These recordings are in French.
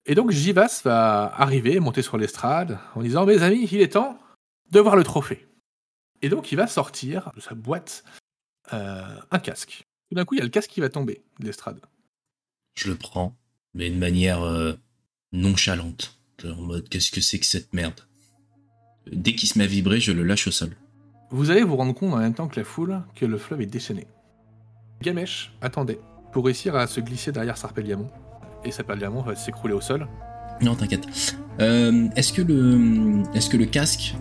Et donc Givas va arriver, monter sur l'estrade, en disant « Mes amis, il est temps de voir le trophée ». Et donc il va sortir de sa boîte un casque. Tout d'un coup, il y a le casque qui va tomber de l'estrade. Je le prends, mais de manière nonchalante. En mode, qu'est-ce que c'est que cette merde? Dès qu'il se met à vibrer, je le lâche au sol. Vous allez vous rendre compte en même temps que la foule que le fleuve est déchaîné. Gamesh attendait pour réussir à se glisser derrière Sarpelliamon. Et Sarpelliamon va s'écrouler au sol. Non, t'inquiète. Est-ce que le casque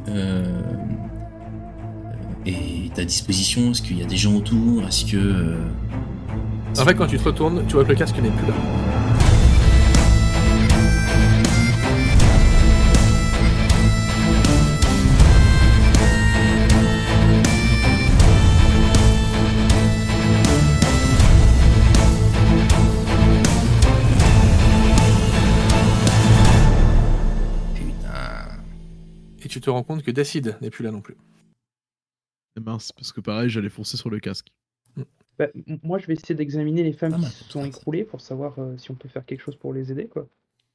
est à disposition? Est-ce qu'il y a des gens autour? Est-ce que... En fait, quand tu te retournes, tu vois que le casque n'est plus là. Et tu te rends compte que Dacide n'est plus là non plus. C'est mince, parce que pareil, j'allais foncer sur le casque. Bah, moi, je vais essayer d'examiner les femmes qui se sont écroulées pour savoir si on peut faire quelque chose pour les aider, quoi.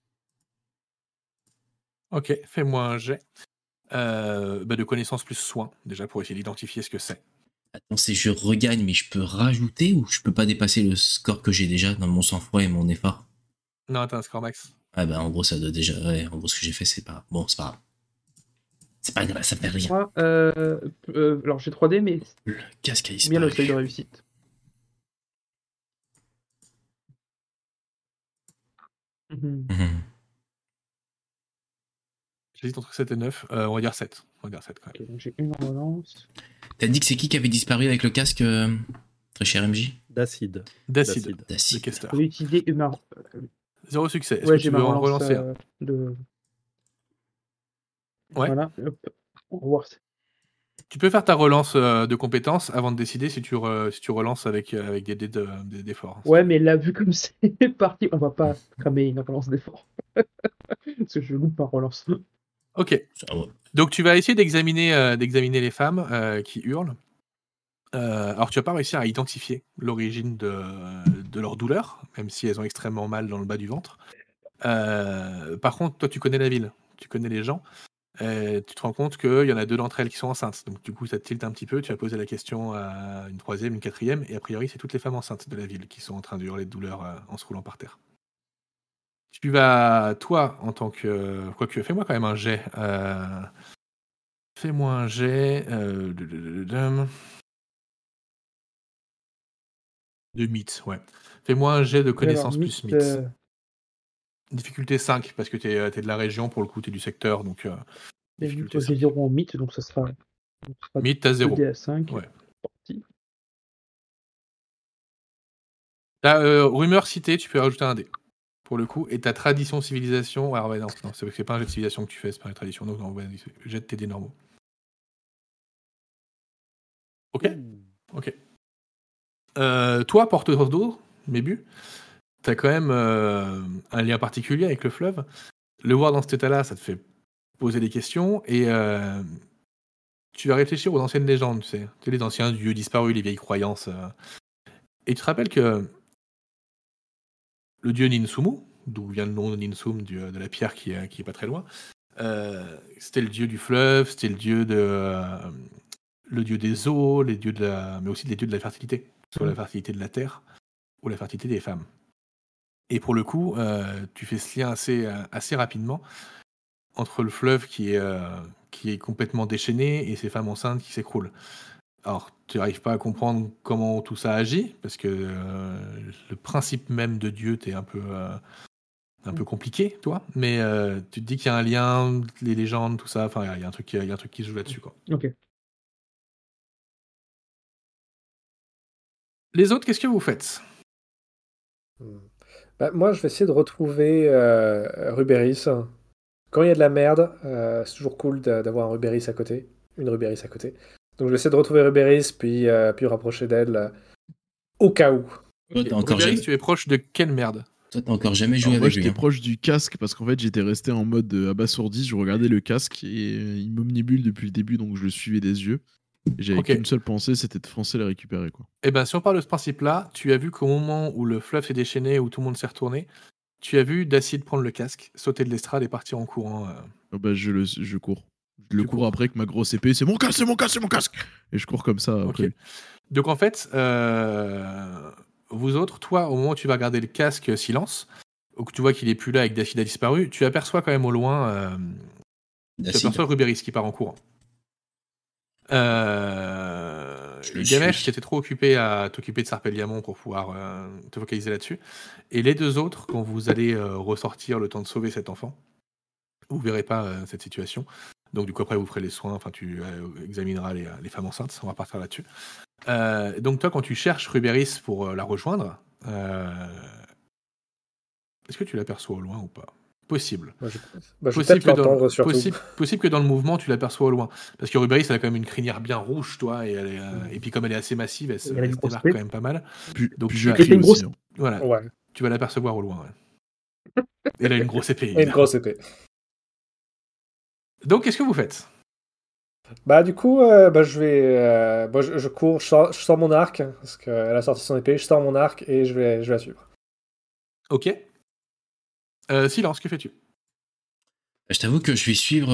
Ok, fais-moi un jet de connaissance plus soin, déjà, pour essayer d'identifier ce que c'est. Attends, c'est je regagne, mais je peux rajouter ou je peux pas dépasser le score que j'ai déjà dans mon sang-froid et mon effort? Non, t'as un score max. Ah bah en gros, ça doit déjà... Ouais, en gros, ce que j'ai fait, c'est pas... Bon, c'est pas grave. C'est pas grave, ça fait rien. Moi, alors j'ai 3D, mais Le casque a disparu. bien le seuil de réussite. J'hésite entre 7 et 9. On va dire 7. On va dire 7 quand même. Okay, donc j'ai une relance. T'as dit que c'est qui avait disparu avec le casque, très cher MJ? Dacide. Dacide. De Kester. J'ai utilisé une 0 succès. Est-ce ouais, que tu veux en relancer un de... Ouais. Voilà. Hop. On va voir. Tu peux faire ta relance de compétences avant de décider si tu relances avec des dés d'effort. Ouais, mais là, vu comme c'est parti, on va pas cramer une relance d'effort. Parce que je loupe ma relance. Ok. Donc tu vas essayer d'examiner les femmes qui hurlent. Alors tu vas pas réussir à identifier l'origine de leur douleur, même si elles ont extrêmement mal dans le bas du ventre. Par contre, toi tu connais la ville, tu connais les gens. Tu te rends compte qu'il y en a 2 d'entre elles qui sont enceintes. Donc du coup ça te tilte un petit peu, tu vas poser la question à une 3e, une 4e, et a priori c'est toutes les femmes enceintes de la ville qui sont en train de hurler de douleur en se roulant par terre. Tu vas, toi, en tant que... Quoique, fais-moi quand même un jet. Fais-moi un jet de mythe, ouais. Fais-moi un jet de connaissance Alors, plus mythe. Difficulté 5, parce que t'es de la région, pour le coup, t'es du secteur, donc difficulté 5. J'ai 0 en mythe, donc ça sera Mythe, t'as 0. 2D5. Ouais. Parti. T'as rumeur citée, tu peux rajouter un dé. Pour le coup, et ta tradition civilisation... Alors ouais, non, c'est pas un jet de civilisation que tu fais, c'est pas une tradition, donc non, ouais, jet de tes dés normaux. Ok. Toi, porteur d'eau, Mébu, t'as quand même un lien particulier avec le fleuve. Le voir dans cet état-là, ça te fait poser des questions, et tu vas réfléchir aux anciennes légendes, tu sais, les anciens dieux disparus, les vieilles croyances. Et tu te rappelles que le dieu Ninsumu, d'où vient le nom de Ninsum, de la pierre qui est pas très loin, c'était le dieu du fleuve, c'était le dieu des eaux, mais aussi les dieux de la fertilité, soit la fertilité de la terre ou la fertilité des femmes. Et pour le coup, tu fais ce lien assez rapidement entre le fleuve qui est complètement déchaîné et ces femmes enceintes qui s'écroulent. Alors, tu n'arrives pas à comprendre comment tout ça agit, parce que le principe même de Dieu t'est un peu compliqué, toi, mais tu te dis qu'il y a un lien, les légendes, tout ça, enfin, il y a un truc qui se joue là-dessus, quoi. Ok. Les autres, qu'est-ce que vous faites? Bah, moi, je vais essayer de retrouver Rubéris. Quand il y a de la merde, c'est toujours cool d'avoir un Rubéris à côté, une Rubéris à côté. Donc je vais essayer de retrouver Rubéris, puis rapprocher d'elle au cas où. Toi, t'as encore Rubéris, jamais... tu es proche de quelle merde? Toi, t'as encore jamais joué Alors, moi, avec lui. j'étais proche du casque parce qu'en fait, j'étais resté en mode abasourdi. Je regardais le casque et il m'omnibule depuis le début, donc je le suivais des yeux. Et j'avais qu'une seule pensée, c'était de foncer la récupérer, quoi. Eh ben, si on parle de ce principe-là, tu as vu qu'au moment où le fleuve s'est déchaîné, où tout le monde s'est retourné, Tu as vu Dacide prendre le casque, sauter de l'estrade et partir en courant. Je cours. Je le Tu cours cours. après avec ma grosse épée. C'est mon casque, c'est mon casque, c'est mon casque. Et je cours comme ça après Ok. lui. Donc en fait, vous autres, toi, au moment où tu vas regarder le casque silence, ou que tu vois qu'il est plus là et que Dacide a disparu, tu aperçois quand même au loin, tu Dacide. aperçois Rubéris qui part en courant. Je le Gamesh, suis. tu étais trop occupé à t'occuper de Sarpelliamon pour pouvoir te focaliser là-dessus. Et les deux autres, quand vous allez ressortir le temps de sauver cet enfant, vous verrez pas cette situation. Donc du coup après vous ferez les soins, enfin tu examineras les femmes enceintes, on va partir là-dessus. Donc toi quand tu cherches Rubéris pour la rejoindre, est-ce que tu l'aperçois au loin ou pas? Possible. Moi, je vais peut-être l'entendre surtout. Possible que dans le mouvement tu l'aperçois au loin. Parce que Rubéris elle a quand même une crinière bien rouge, toi, et puis comme elle est assez massive, elle se démarque quand même pas mal. Donc je crie aussi. Hein. Voilà, Ouais. tu vas l'apercevoir au loin. Ouais. Elle a une grosse épée. Et une grosse épée. Donc qu'est-ce que vous faites? Bah du coup, je vais, je cours, je sors mon arc parce qu'elle a sorti son épée, je sors mon arc et je vais la suivre. Ok. Silence, que fais-tu? Je t'avoue que je vais suivre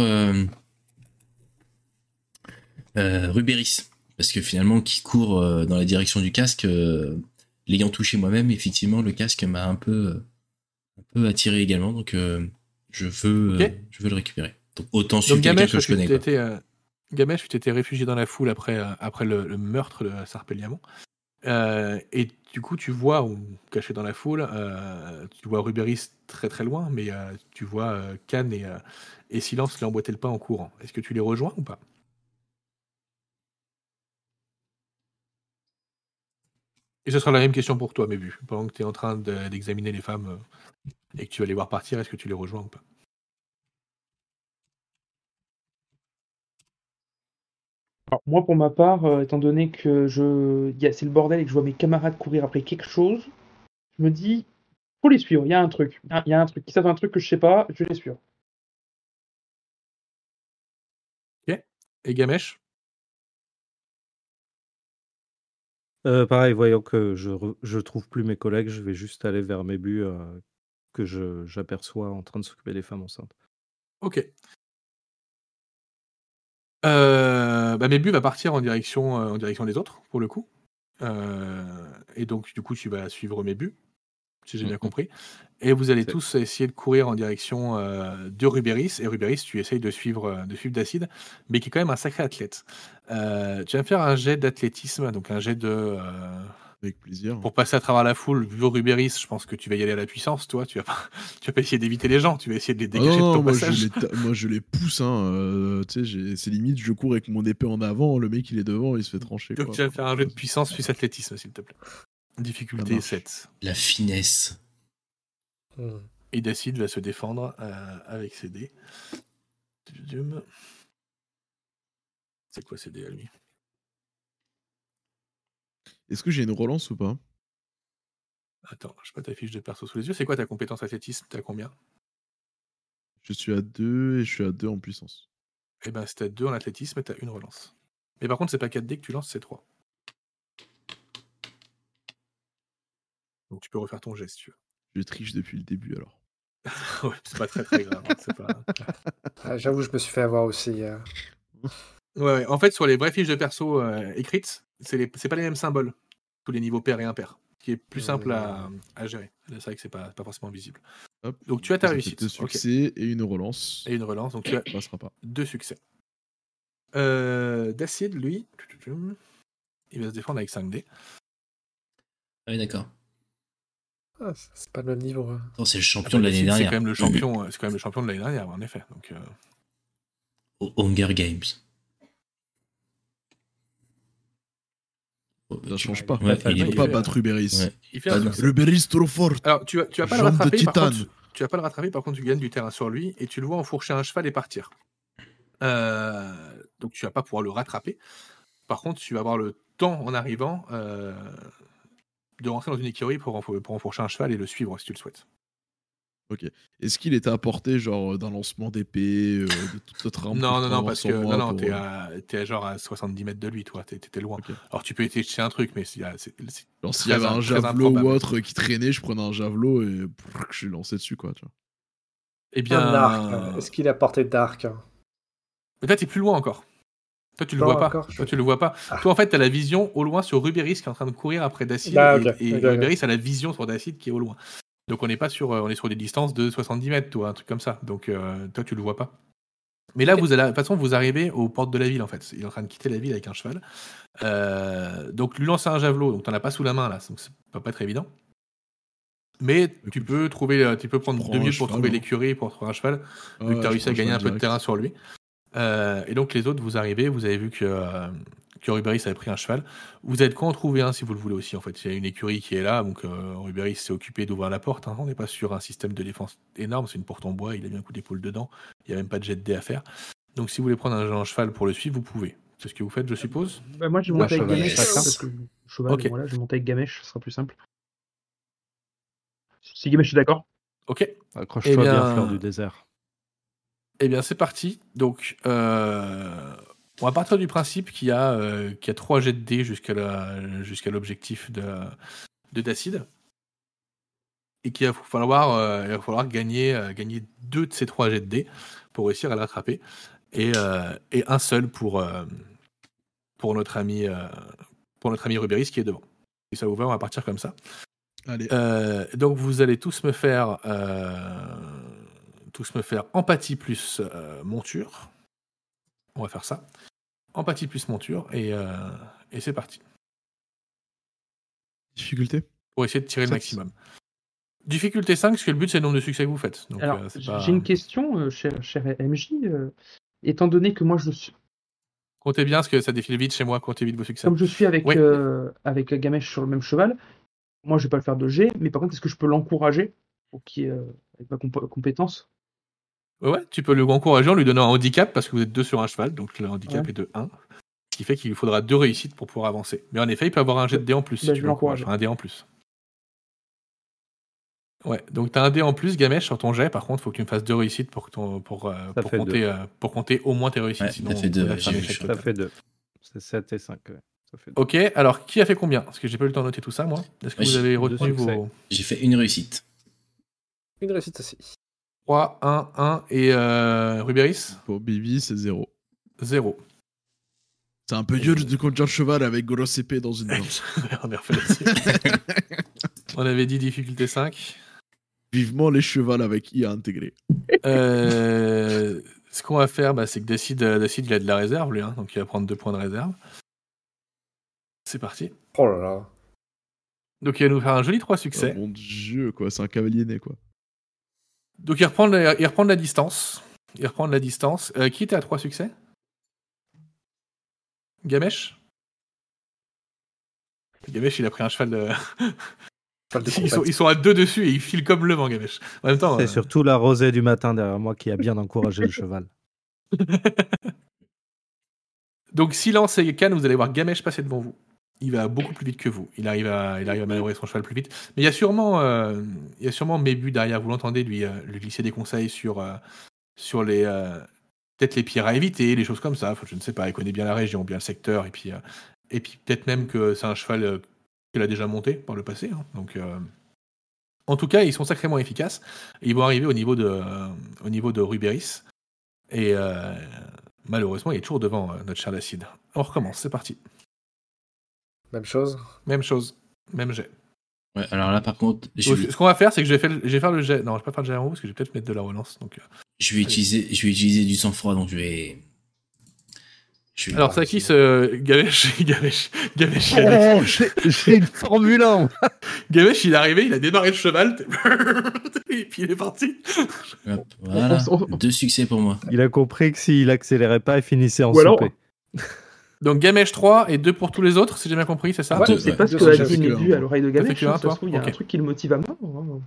Rubéris parce que finalement, qui court dans la direction du casque, l'ayant touché moi-même, effectivement, le casque m'a un peu attiré également, donc je veux le récupérer. Donc autant suivre quelqu'un que je connais. Gamesh, tu t'étais réfugié dans la foule après le meurtre de Sarpelliamon. Et du coup, tu vois, caché dans la foule, tu vois Rubéris très très loin, mais tu vois Khan et Silence lui emboîter le pas en courant. Est-ce que tu les rejoins ou pas? Et ce sera la même question pour toi, mais vu. Pendant que tu es en train d'examiner les femmes et que tu vas les voir partir, est-ce que tu les rejoins ou pas? Alors, moi, pour ma part, étant donné que c'est le bordel et que je vois mes camarades courir après quelque chose, je me dis, faut les suivre. Il y a un truc. Il y a un truc. Ils savent un truc que je sais pas, je vais les suivre. Ok. Et Gamesh? Pareil, voyant que je trouve plus mes collègues, je vais juste aller vers mes buts que j'aperçois en train de s'occuper des femmes enceintes. Ok. Mébu va partir en direction des autres, pour le coup. Et donc, du coup, tu vas suivre Mébu, si j'ai bien compris. Et vous allez tous essayer de courir en direction de Rubéris. Et Rubéris, tu essayes de suivre Dacide, mais qui est quand même un sacré athlète. Tu vas me faire un jet d'athlétisme, donc un jet de... Avec plaisir. Pour passer à travers la foule, vu Rubéris, je pense que tu vas y aller à la puissance, toi. Tu vas pas essayer d'éviter les gens, tu vas essayer de les dégager de ton passage. Moi, je les pousse. Hein, c'est limite, je cours avec mon épée en avant, le mec, il est devant, il se fait trancher. Donc quoi. tu vas me faire un jet de puissance plus athlétisme, s'il te plaît. Difficulté 7. La finesse. Et Dacide va se défendre avec ses dés. C'est quoi ses dés à lui? Est-ce que j'ai une relance ou pas? Attends, je sais pas ta fiche de perso sous les yeux. C'est quoi ta compétence athlétisme? T'as combien? Je suis à 2 et je suis à 2 en puissance. Eh ben, si t'as 2 en athlétisme, t'as une relance. Mais par contre, c'est pas 4 dés que tu lances, c'est 3. Donc tu peux refaire ton geste, si tu veux. Je triche depuis le début alors. Ouais, c'est pas très très grave. Hein, c'est pas... J'avoue, je me suis fait avoir aussi. Ouais, en fait, sur les vraies fiches de perso écrites, c'est pas les mêmes symboles. Tous les niveaux pair et impair. Ce qui est plus simple à gérer. C'est vrai que c'est pas forcément visible. Hop, donc tu as ta réussite. 2 succès et une relance. Et une relance, donc tu as passera pas. 2 succès. Dacide, lui, il va se défendre avec 5 dés. Ah oui, d'accord. Ah, c'est pas le même niveau. Hein. Non, c'est le champion de l'année dernière. C'est quand même le champion, de l'année dernière, en effet. Donc, Au Hunger Games. Ça change pas. Ouais, il peut pas battre Rubéris. Ouais. Rubéris trop fort. Alors, tu vas pas le rattraper, par contre, tu vas pas le rattraper, par contre, tu gagnes du terrain sur lui et tu le vois enfourcher un cheval et partir. Donc, tu vas pas pouvoir le rattraper. Par contre, tu vas avoir le temps, en arrivant, de rentrer dans une écurie pour enfourcher un cheval et le suivre, si tu le souhaites. Ok. Est-ce qu'il était apporté genre d'un lancement d'épée, de toute autre arme Non, parce que non, pour... t'es à genre à 70 mètres de lui, toi, t'étais loin. Ok. Alors tu peux essayer de chercher un truc, mais c'est Genre s'il y avait un javelot ou autre qui traînait, je prenais un javelot et je lui lançais dessus, quoi, tu vois. Eh bien... Un arc. Est-ce qu'il a porté d'arc? Mais là, t'es plus loin encore. Toi, tu le Non, vois pas. encore, Toi, tu le vois pas. Toi, en fait, t'as la vision au loin sur Rubéris qui est en train de courir après Dacide. Et Rubéris a la vision sur Dacide qui est au loin. Donc, on n'est pas sur, on est sur des distances de 70 mètres, toi, un truc comme ça. Donc, toi, tu le vois pas. Mais là, de toute façon, vous arrivez aux portes de la ville, en fait. Il est en train de quitter la ville avec un cheval. Donc, lui lancer un javelot. Donc, t'en as pas sous la main, là. Donc, ça va pas être évident. Mais tu peux prendre 2 minutes pour trouver l'écurie, pour trouver un cheval. Vu que tu as réussi à gagner un peu de terrain sur lui. Et donc les autres, vous arrivez, vous avez vu que Rubéris avait pris un cheval. Vous êtes quand en trouver un si vous le voulez aussi. En fait, il y a une écurie qui est là, donc Rubéris s'est occupé d'ouvrir la porte. Hein. On n'est pas sur un système de défense énorme, c'est une porte en bois, il a mis un coup d'épaule dedans. Il n'y a même pas de jet de dés à faire. Donc si vous voulez prendre un cheval pour le suivre, vous pouvez. C'est ce que vous faites, je suppose. Moi, je vais monter avec Gamesh. Parce que cheval, Ok. voilà, je vais monter avec Gamesh, ce sera plus simple. Si Gamesh est d'accord. Ok. Accroche-toi bien, fleur du désert. Eh bien, c'est parti. Donc, on va partir du principe qu'il y a 3 jets de dés jusqu'à l'objectif de Dacide. Et qu'il va falloir gagner 2 de ces 3 jets de dés pour réussir à l'attraper. Et un seul pour notre ami Rubéris qui est devant. Et ça vous va, on va partir comme ça. Allez. Donc, vous allez tous me faire empathie plus monture. On va faire ça. Empathie plus monture et c'est parti. Difficulté? Pour essayer de tirer le maximum. Difficulté 5, parce que le but c'est le nombre de succès que vous faites. Donc, alors, j'ai une question, cher MJ. Étant donné que moi je suis... Comptez bien, parce que ça défile vite chez moi, comptez vite vos succès. Comme je suis avec Gamesh sur le même cheval, moi je vais pas le faire de G, mais par contre, est-ce que je peux l'encourager pour qu'il ait avec ma compétence? Ouais, tu peux le encourager en lui donnant un handicap, parce que vous êtes 2 sur un cheval, donc le handicap est de 1. Ce qui fait qu'il lui faudra 2 réussites pour pouvoir avancer. Mais en effet, il peut avoir un jet de dé en plus, si tu l'encourages. Un dé en plus. Ouais, donc tu as un dé en plus, Gamesh, sur ton jet. Par contre, il faut que tu me fasses 2 réussites pour compter au moins tes réussites. Ouais, sinon, ça fait 2. Ça fait 2. C'est 7 et 5. Ouais. Ça fait 2. Ok, alors qui a fait combien? Parce que j'ai pas eu le temps de noter tout ça, moi. Est-ce que vous avez retenu vos... J'ai fait une réussite. Une réussite aussi. 3, 1 et Rubéris? Pour Bibi, c'est 0. 0. C'est un peu dur de conduire le cheval avec grosse épée dans une main. On est refait là-dessus. On avait dit difficulté 5. Vivement les chevals avec IA intégré. Ce qu'on va faire, c'est que Dacide, il a de la réserve, lui. Hein, donc il va prendre 2 points de réserve. C'est parti. Oh là là. Donc il va nous faire un joli 3 succès. Oh mon dieu, quoi. C'est un cavalier né, quoi. Donc il reprend de la distance. Qui était à 3 succès? Gamesh? Gamesh, il a pris un cheval de... Ils sont à 2 dessus et ils filent comme le vent, Gamesh. En même temps... C'est surtout la rosée du matin derrière moi qui a bien encouragé le cheval. Donc silence et Cannes, vous allez voir Gamesh passer devant vous. Il va beaucoup plus vite que vous. Il arrive à manœuvrer son cheval plus vite. Mais il y a sûrement Mébu derrière. Vous l'entendez lui glisser des conseils sur les peut-être les pierres à éviter, les choses comme ça. Enfin, je ne sais pas. Il connaît bien la région, bien le secteur, et puis peut-être même que c'est un cheval qu'il a déjà monté par le passé. Hein. Donc, en tout cas, ils sont sacrément efficaces. Et ils vont arriver au niveau de Rubéris. Et malheureusement, il est toujours devant notre cher Dacide. On recommence. C'est parti. Même chose. Même jet. Ouais, alors là, par contre... Ce qu'on va faire, c'est que je vais faire le jet. Non, je vais pas faire le jet en haut, parce que je vais peut-être mettre de la relance. Donc, je vais utiliser du sang-froid, donc je vais... Alors, c'est à qui ce Gamesh? J'ai une Formule 1. Gamesh, il est arrivé, il a démarré le cheval, et puis il est parti. Hop, voilà, 2 succès pour moi. Il a compris que s'il accélérait pas, il finissait en soupé. Donc Gamesh 3 et 2 pour tous les autres, si j'ai bien compris, c'est ça? Ouais, c'est pas ce que a dit Médu à l'oreille de Gamesh. Ça se trouve, il y a un truc qui le motive à mort.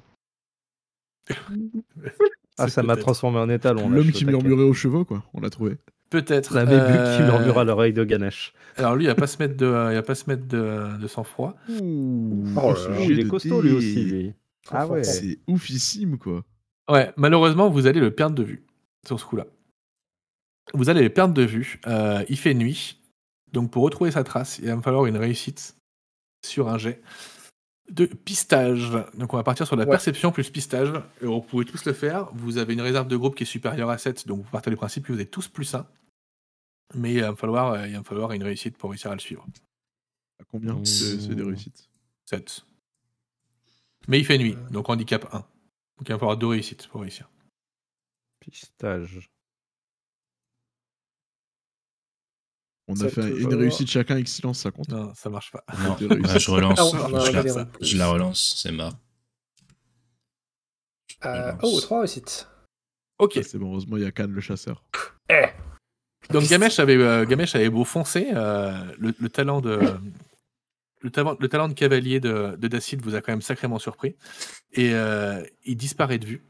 Ça m'a transformé en étalon. L'homme qui murmurait aux chevaux, quoi. On l'a trouvé. Peut-être. La Mébu qui murmure à l'oreille de Ganesh. Alors lui, il va pas se mettre de sang-froid. Il est costaud lui aussi. Lui. Ah ouais. C'est oufissime, quoi. Ouais, malheureusement, vous allez le perdre de vue sur ce coup-là. Vous allez le perdre de vue. Il fait nuit. Donc, pour retrouver sa trace, il va me falloir une réussite sur un jet de pistage. Donc, on va partir sur la perception plus pistage. Et vous pouvez tous le faire. Vous avez une réserve de groupe qui est supérieure à 7. Donc, vous partez du principe que vous êtes tous plus 1. Mais il va me falloir une réussite pour réussir à le suivre. À combien c'est des réussites? 7. Mais il fait nuit. Donc, handicap 1. Donc, il va me falloir 2 réussites pour réussir. Pistage. On a fait une réussite chacun avec silence, ça compte? Non, ça marche pas. Non, je relance. Je la relance, c'est mort. 3 réussites. Ok. Ça, c'est bon, heureusement, il y a Khan le chasseur. Donc Gamesh avait beau foncer, le talent de cavalier de Dacil vous a quand même sacrément surpris. Et il disparaît de vue.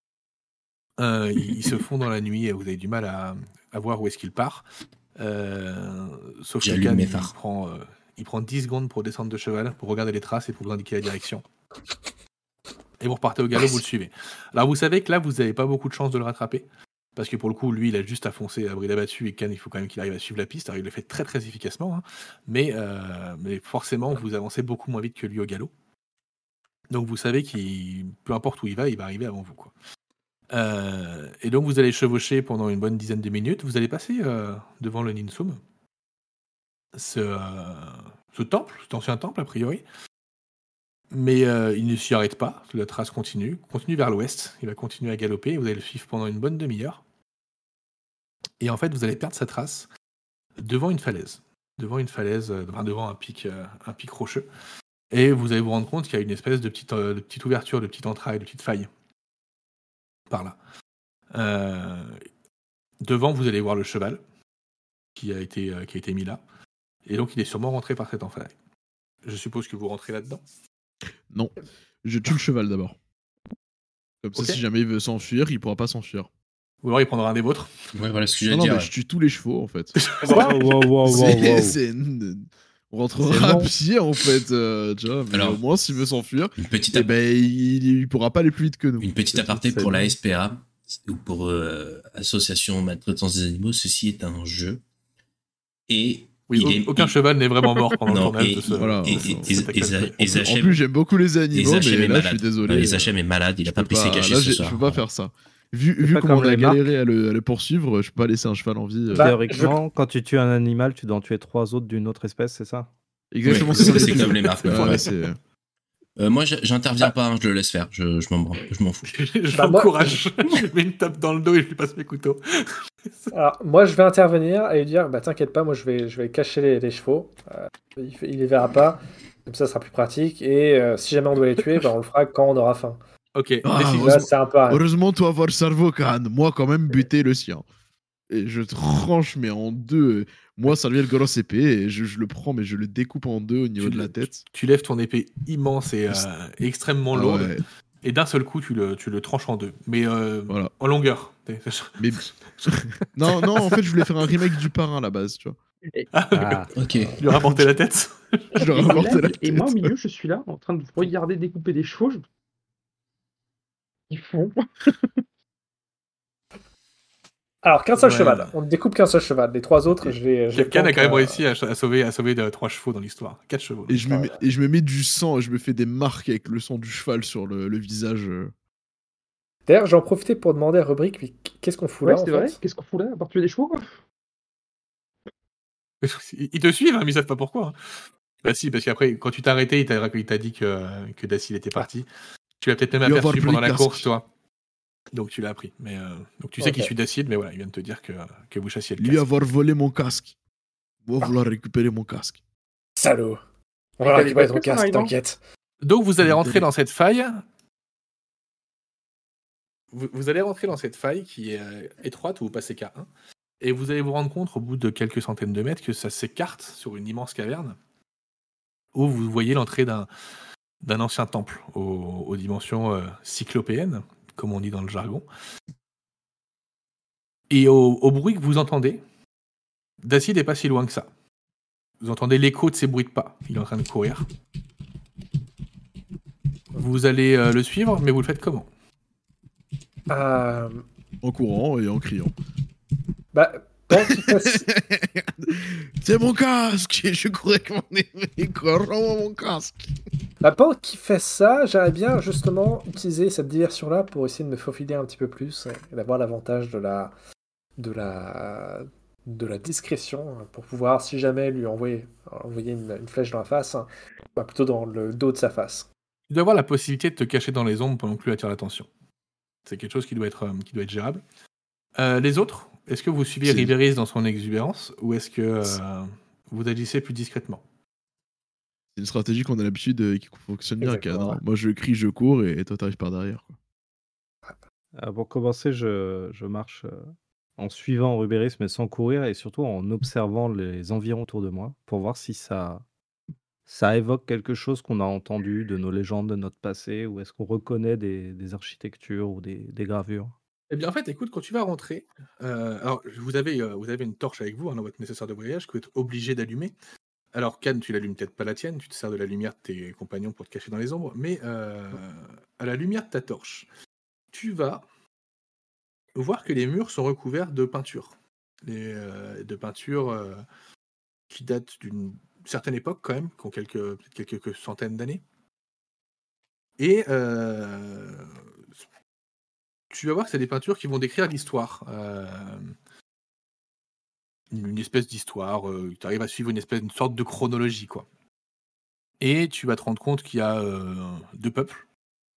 Il se fond dans la nuit et vous avez du mal à voir où est-ce qu'il part. Sauf que Khan, il prend 10 secondes pour descendre de cheval, pour regarder les traces et pour vous indiquer la direction. Et vous repartez au galop, vous le suivez. Alors vous savez que là, vous n'avez pas beaucoup de chance de le rattraper. Parce que pour le coup, lui, il a juste à foncer à bride abattue et Khan, il faut quand même qu'il arrive à suivre la piste. Alors il le fait très très efficacement. Hein. Mais forcément, vous avancez beaucoup moins vite que lui au galop. Donc vous savez qu'il, peu importe où il va arriver avant vous, quoi. Et donc vous allez chevaucher pendant une bonne dizaine de minutes. Vous allez passer devant le Ninsum, ce temple, cet ancien temple a priori. Mais il ne s'y arrête pas. La trace continue vers l'ouest. Il va continuer à galoper. Et vous allez le suivre pendant une bonne demi-heure. Et en fait, vous allez perdre sa trace devant une falaise, devant un pic rocheux. Et vous allez vous rendre compte qu'il y a une espèce de petite ouverture, de petite entraille, de petite faille. Par là. Devant, vous allez voir le cheval qui a été mis là. Et donc, il est sûrement rentré par cette entraille. Je suppose que vous rentrez là-dedans. Non, je tue le cheval d'abord. Comme ça, si jamais il veut s'enfuir, il pourra pas s'enfuir. Ou alors il prendra un des vôtres. Ouais, voilà ce que j'allais dire. Non, je tue tous les chevaux en fait. On rentrera à pied en fait, tu vois, mais alors, au moins s'il veut s'enfuir, il pourra pas aller plus vite que nous. Une petite aparté pour la SPA ou pour Association Maltraitance des Animaux, ceci est un jeu. Et aucun cheval n'est vraiment mort pendant le tournage de ce. Voilà, en plus, j'aime beaucoup les animaux, mais là, je suis désolé. Zachem est malade, il a pas pris ses cachets ce soir. Je peux pas faire ça. Vu comment on a galéré à le poursuivre, je peux pas laisser un cheval en vie. Théoriquement, quand tu tues un animal, tu dois en tuer 3 autres d'une autre espèce, c'est ça? Exactement, c'est comme les marques. Moi, j'interviens pas, je le laisse faire, je m'en fous. Je l'encourage, je mets une tape dans le dos et je lui passe mes couteaux. Alors, moi, je vais intervenir et lui dire, t'inquiète pas, moi, je vais cacher les chevaux. Il les verra pas, comme ça sera plus pratique. Et si jamais on doit les tuer, on le fera quand on aura faim. Ok. Là, c'est un peu... Heureusement, toi, avoir le cerveau, Khan. Moi, quand même, buter le sien. Et je tranche, mais en deux. Moi, ça devient le gros épée, et je le prends, mais je le découpe en deux au niveau de la tête. Tu lèves ton épée immense et extrêmement lourde, ouais. Et d'un seul coup, tu le tranches en deux. Mais voilà. En longueur. Mais... non, en fait, je voulais faire un remake du Parrain à la base, tu vois. Ok. Tu lui as rapporté la tête. Je lui ai rapporté la tête. Et moi, au milieu, je suis là, en train de regarder découper des chevaux. Ils font. Alors, qu'un seul cheval. On ne découpe qu'un seul cheval. Les 3 autres, je vais... Quelqu'un a quand même réussi à sauver 3 chevaux dans l'histoire. 4 chevaux. Et je me mets du sang, je me fais des marques avec le sang du cheval sur le visage. D'ailleurs, j'en profitais pour demander à Rubrique, qu'est-ce qu'on fout là, en fait ? Vrai. Qu'est-ce qu'on fout là, à part tuer des chevaux, quoi ? Ils te suivent, hein, mais ils savent pas pourquoi. Bah si, parce qu'après, quand tu t'es arrêté, il t'a dit que Dacil était parti. Tu l'as peut-être même aperçu pendant la course, toi. Donc tu l'as appris. Mais donc tu sais qu'il suit Dacil, mais voilà, il vient de te dire que vous chassiez le casque. Lui avoir volé mon casque. Moi vouloir récupérer mon casque. Salaud. On va récupérer ton casque, t'inquiète. Donc vous allez rentrer dans cette faille. Vous allez rentrer dans cette faille qui est étroite où vous passez K1. Et vous allez vous rendre compte au bout de quelques centaines de mètres que ça s'écarte sur une immense caverne où vous voyez l'entrée d'un ancien temple aux dimensions cyclopéennes, comme on dit dans le jargon. Et au bruit que vous entendez, Dacil n'est pas si loin que ça. Vous entendez l'écho de ses bruits de pas. Il est en train de courir. Vous allez le suivre, mais vous le faites comment ? En courant et en criant. Bah, pendant qu'il fait... C'est mon casque. Je courais avec mon épée. Rends-moi mon casque. Pendant qu'il fait ça, j'aimerais bien justement utiliser cette diversion-là pour essayer de me faufiler un petit peu plus et d'avoir l'avantage de la discrétion pour pouvoir, si jamais, lui envoyer une flèche dans la face, plutôt dans le dos de sa face. Tu dois avoir la possibilité de te cacher dans les ombres pendant que lui attire l'attention. C'est quelque chose qui doit être gérable. Les autres, est-ce que vous suivez Ribéris dans son exubérance ou est-ce que vous agissez plus discrètement? C'est une stratégie qu'on a l'habitude et qui fonctionne bien, Exactement, ouais. Moi, je crie, je cours et toi, t'arrives par derrière. Quoi. Pour commencer, je marche en suivant Rubéris, mais sans courir, et surtout en observant les environs autour de moi, pour voir si ça évoque quelque chose qu'on a entendu de nos légendes, de notre passé, ou est-ce qu'on reconnaît des architectures ou des gravures. Eh bien, en fait, écoute, quand tu vas rentrer, alors vous avez une torche avec vous dans votre nécessaire de voyage que vous êtes obligé d'allumer. Alors, Cannes, tu l'allumes peut-être pas la tienne, tu te sers de la lumière de tes compagnons pour te cacher dans les ombres, mais à la lumière de ta torche, tu vas voir que les murs sont recouverts de peintures. De peintures qui datent d'une certaine époque quand même, qui ont quelques centaines d'années. Et tu vas voir que c'est des peintures qui vont décrire l'histoire. Une espèce d'histoire, tu arrives à suivre une sorte de chronologie, quoi. Et tu vas te rendre compte qu'il y a 2 peuples.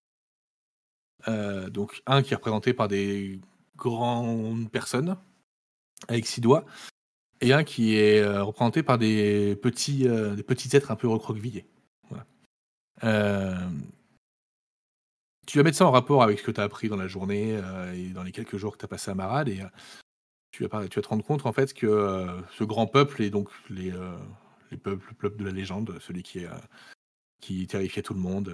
Donc un qui est représenté par des grandes personnes, avec 6 doigts, et un qui est représenté par des petits êtres un peu recroquevillés. Voilà. Tu vas mettre ça en rapport avec ce que tu as appris dans la journée et dans les quelques jours que tu as passé à Marad, et tu vas te rendre compte en fait que ce grand peuple est donc les peuples de la légende, celui qui terrifiait tout le monde,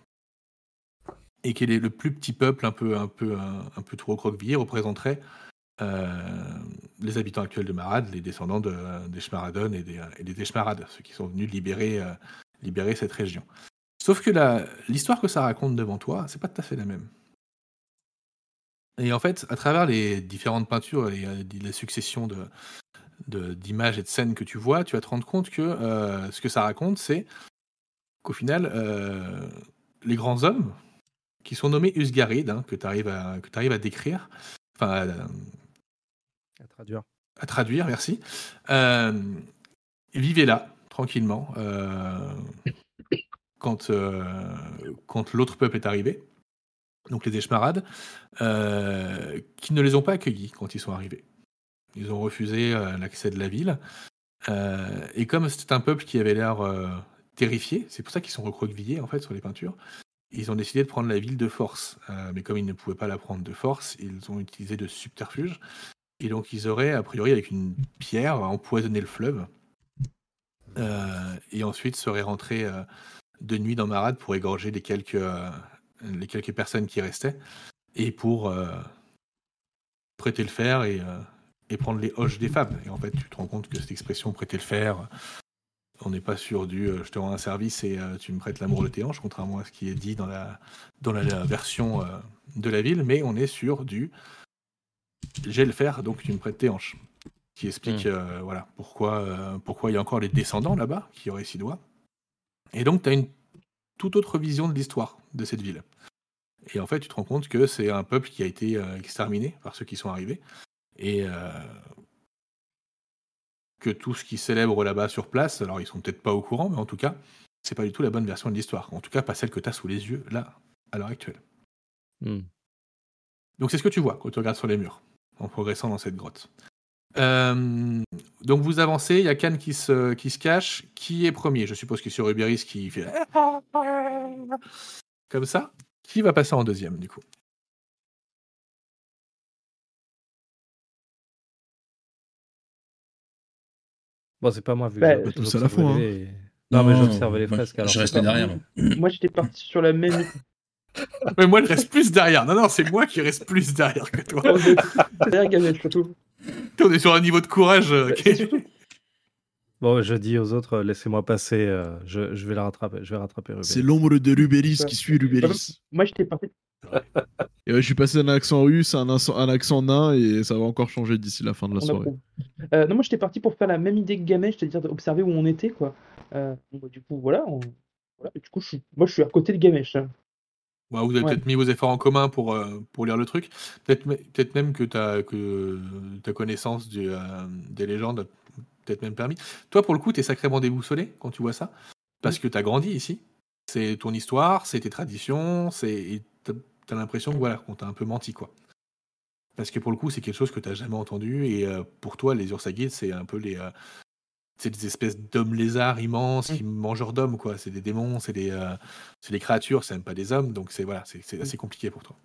et qui est le plus petit peuple un peu tout recroquevillé, représenterait les habitants actuels de Marad, les descendants des Shmaradon et des Teshmarad, ceux qui sont venus libérer cette région. Sauf que l'histoire que ça raconte devant toi, c'est pas tout à fait la même. Et en fait, à travers les différentes peintures et la succession d'images et de scènes que tu vois, tu vas te rendre compte que ce que ça raconte, c'est qu'au final, les grands hommes, qui sont nommés Usgarid, que tu arrives à décrire, enfin à traduire, merci, vivaient là, tranquillement, quand l'autre peuple est arrivé, donc les Eshmarad, qui ne les ont pas accueillis quand ils sont arrivés. Ils ont refusé l'accès de la ville, et comme c'était un peuple qui avait l'air terrifié, c'est pour ça qu'ils sont recroquevillés en fait sur les peintures, ils ont décidé de prendre la ville de force. Mais comme ils ne pouvaient pas la prendre de force, ils ont utilisé de subterfuges, et donc ils auraient, a priori, avec une pierre, empoisonné le fleuve, et ensuite seraient rentrés de nuit dans Marad pour égorger les quelques personnes qui restaient, et pour prêter le fer et prendre les hoches des femmes. Et en fait, tu te rends compte que cette expression prêter le fer, on n'est pas sur du je te rends un service et tu me prêtes l'amour de tes hanches, contrairement à ce qui est dit dans la version de la ville, mais on est sur du j'ai le fer, donc tu me prêtes tes hanches. Qui explique voilà, pourquoi il y a encore les descendants là-bas qui auraient 6 doigts. Et donc, tu as une toute autre vision de l'histoire de cette ville. Et en fait, tu te rends compte que c'est un peuple qui a été exterminé par ceux qui sont arrivés. Et que tout ce qu'ils célèbrent là-bas sur place, alors ils sont peut-être pas au courant, mais en tout cas, c'est pas du tout la bonne version de l'histoire. En tout cas, pas celle que tu as sous les yeux, là, à l'heure actuelle. Donc c'est ce que tu vois quand tu regardes sur les murs, en progressant dans cette grotte. Donc vous avancez, il y a Cannes qui se cache. Qui est premier? Je suppose que c'est Rubéris qui fait comme ça. Qui va passer en deuxième, du coup? Bon, c'est pas moi, vu Bah, que tous à la fois, hein. Non, mais j'observais les fresques. Je Alors, restais derrière. Moi, j'étais parti sur la même. Mais moi, je reste plus derrière. Non, c'est moi qui reste plus derrière que toi. C'est derrière Gazelle, surtout. On est sur un niveau de courage. C'est surtout- Bon, je dis aux autres, laissez-moi passer, je vais la rattraper. Je vais rattraper C'est Rubéris. l'ombre de Rubéris qui suit Rubéris. Moi, j'étais parti. Et ouais, je suis passé d'un accent russe à un accent nain et ça va encore changer d'ici la fin de la On soirée. approuve. Non, moi, j'étais parti pour faire la même idée que Gamesh, c'est-à-dire d'observer où on était, quoi. Bon, bah, du coup, voilà. Voilà. Et du coup, moi, je suis à côté de Gamesh. Hein. Ouais, vous avez Ouais. peut-être mis vos efforts en commun pour lire le truc. Peut-être même que ta connaissance des légendes a peut-être même permis. Toi, pour le coup, t'es sacrément déboussolé quand tu vois ça, parce que t'as grandi ici. C'est ton histoire, c'est tes traditions, et t'as l'impression que voilà, qu'on t'a un peu menti, quoi. Parce que pour le coup, c'est quelque chose que t'as jamais entendu, et pour toi, les Ursaguides, c'est un peu c'est des espèces d'hommes lézards immenses qui mangeurs d'hommes, quoi. C'est des démons, c'est des créatures, c'est même pas des hommes, donc c'est assez compliqué pour toi.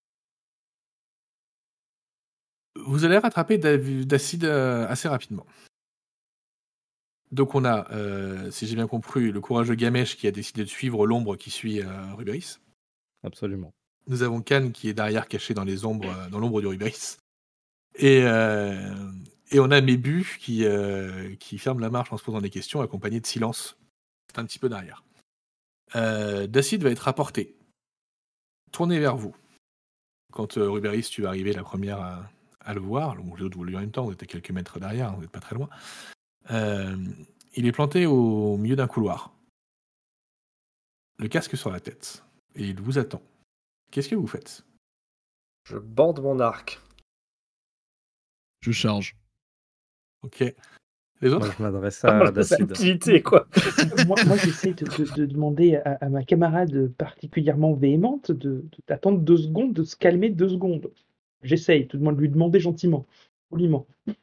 Vous allez rattraper d'acide assez rapidement. Donc on a, si j'ai bien compris, le courageux Gamesh qui a décidé de suivre l'ombre qui suit Rubéris. Absolument. Nous avons Khan qui est derrière, caché dans les ombres, dans l'ombre du Rubéris. Et on a Mébu qui ferme la marche en se posant des questions, accompagné de Silence. C'est un petit peu derrière. Dacide va être rapporté. Tournez vers vous. Quand Rubéris, tu vas arriver la première à le voir, vous le en même temps, vous êtes à quelques mètres derrière, vous n'êtes pas très loin. Il est planté au milieu d'un couloir. Le casque sur la tête. Et il vous attend. Qu'est-ce que vous faites ? Je bande mon arc. Je charge. Ok. Les autres ? Moi, je m'adresse à Dacide. Activité, quoi. moi j'essaie de demander à ma camarade particulièrement véhémente d'attendre 2 secondes, de se calmer 2 secondes. J'essaye de lui demander gentiment, poliment.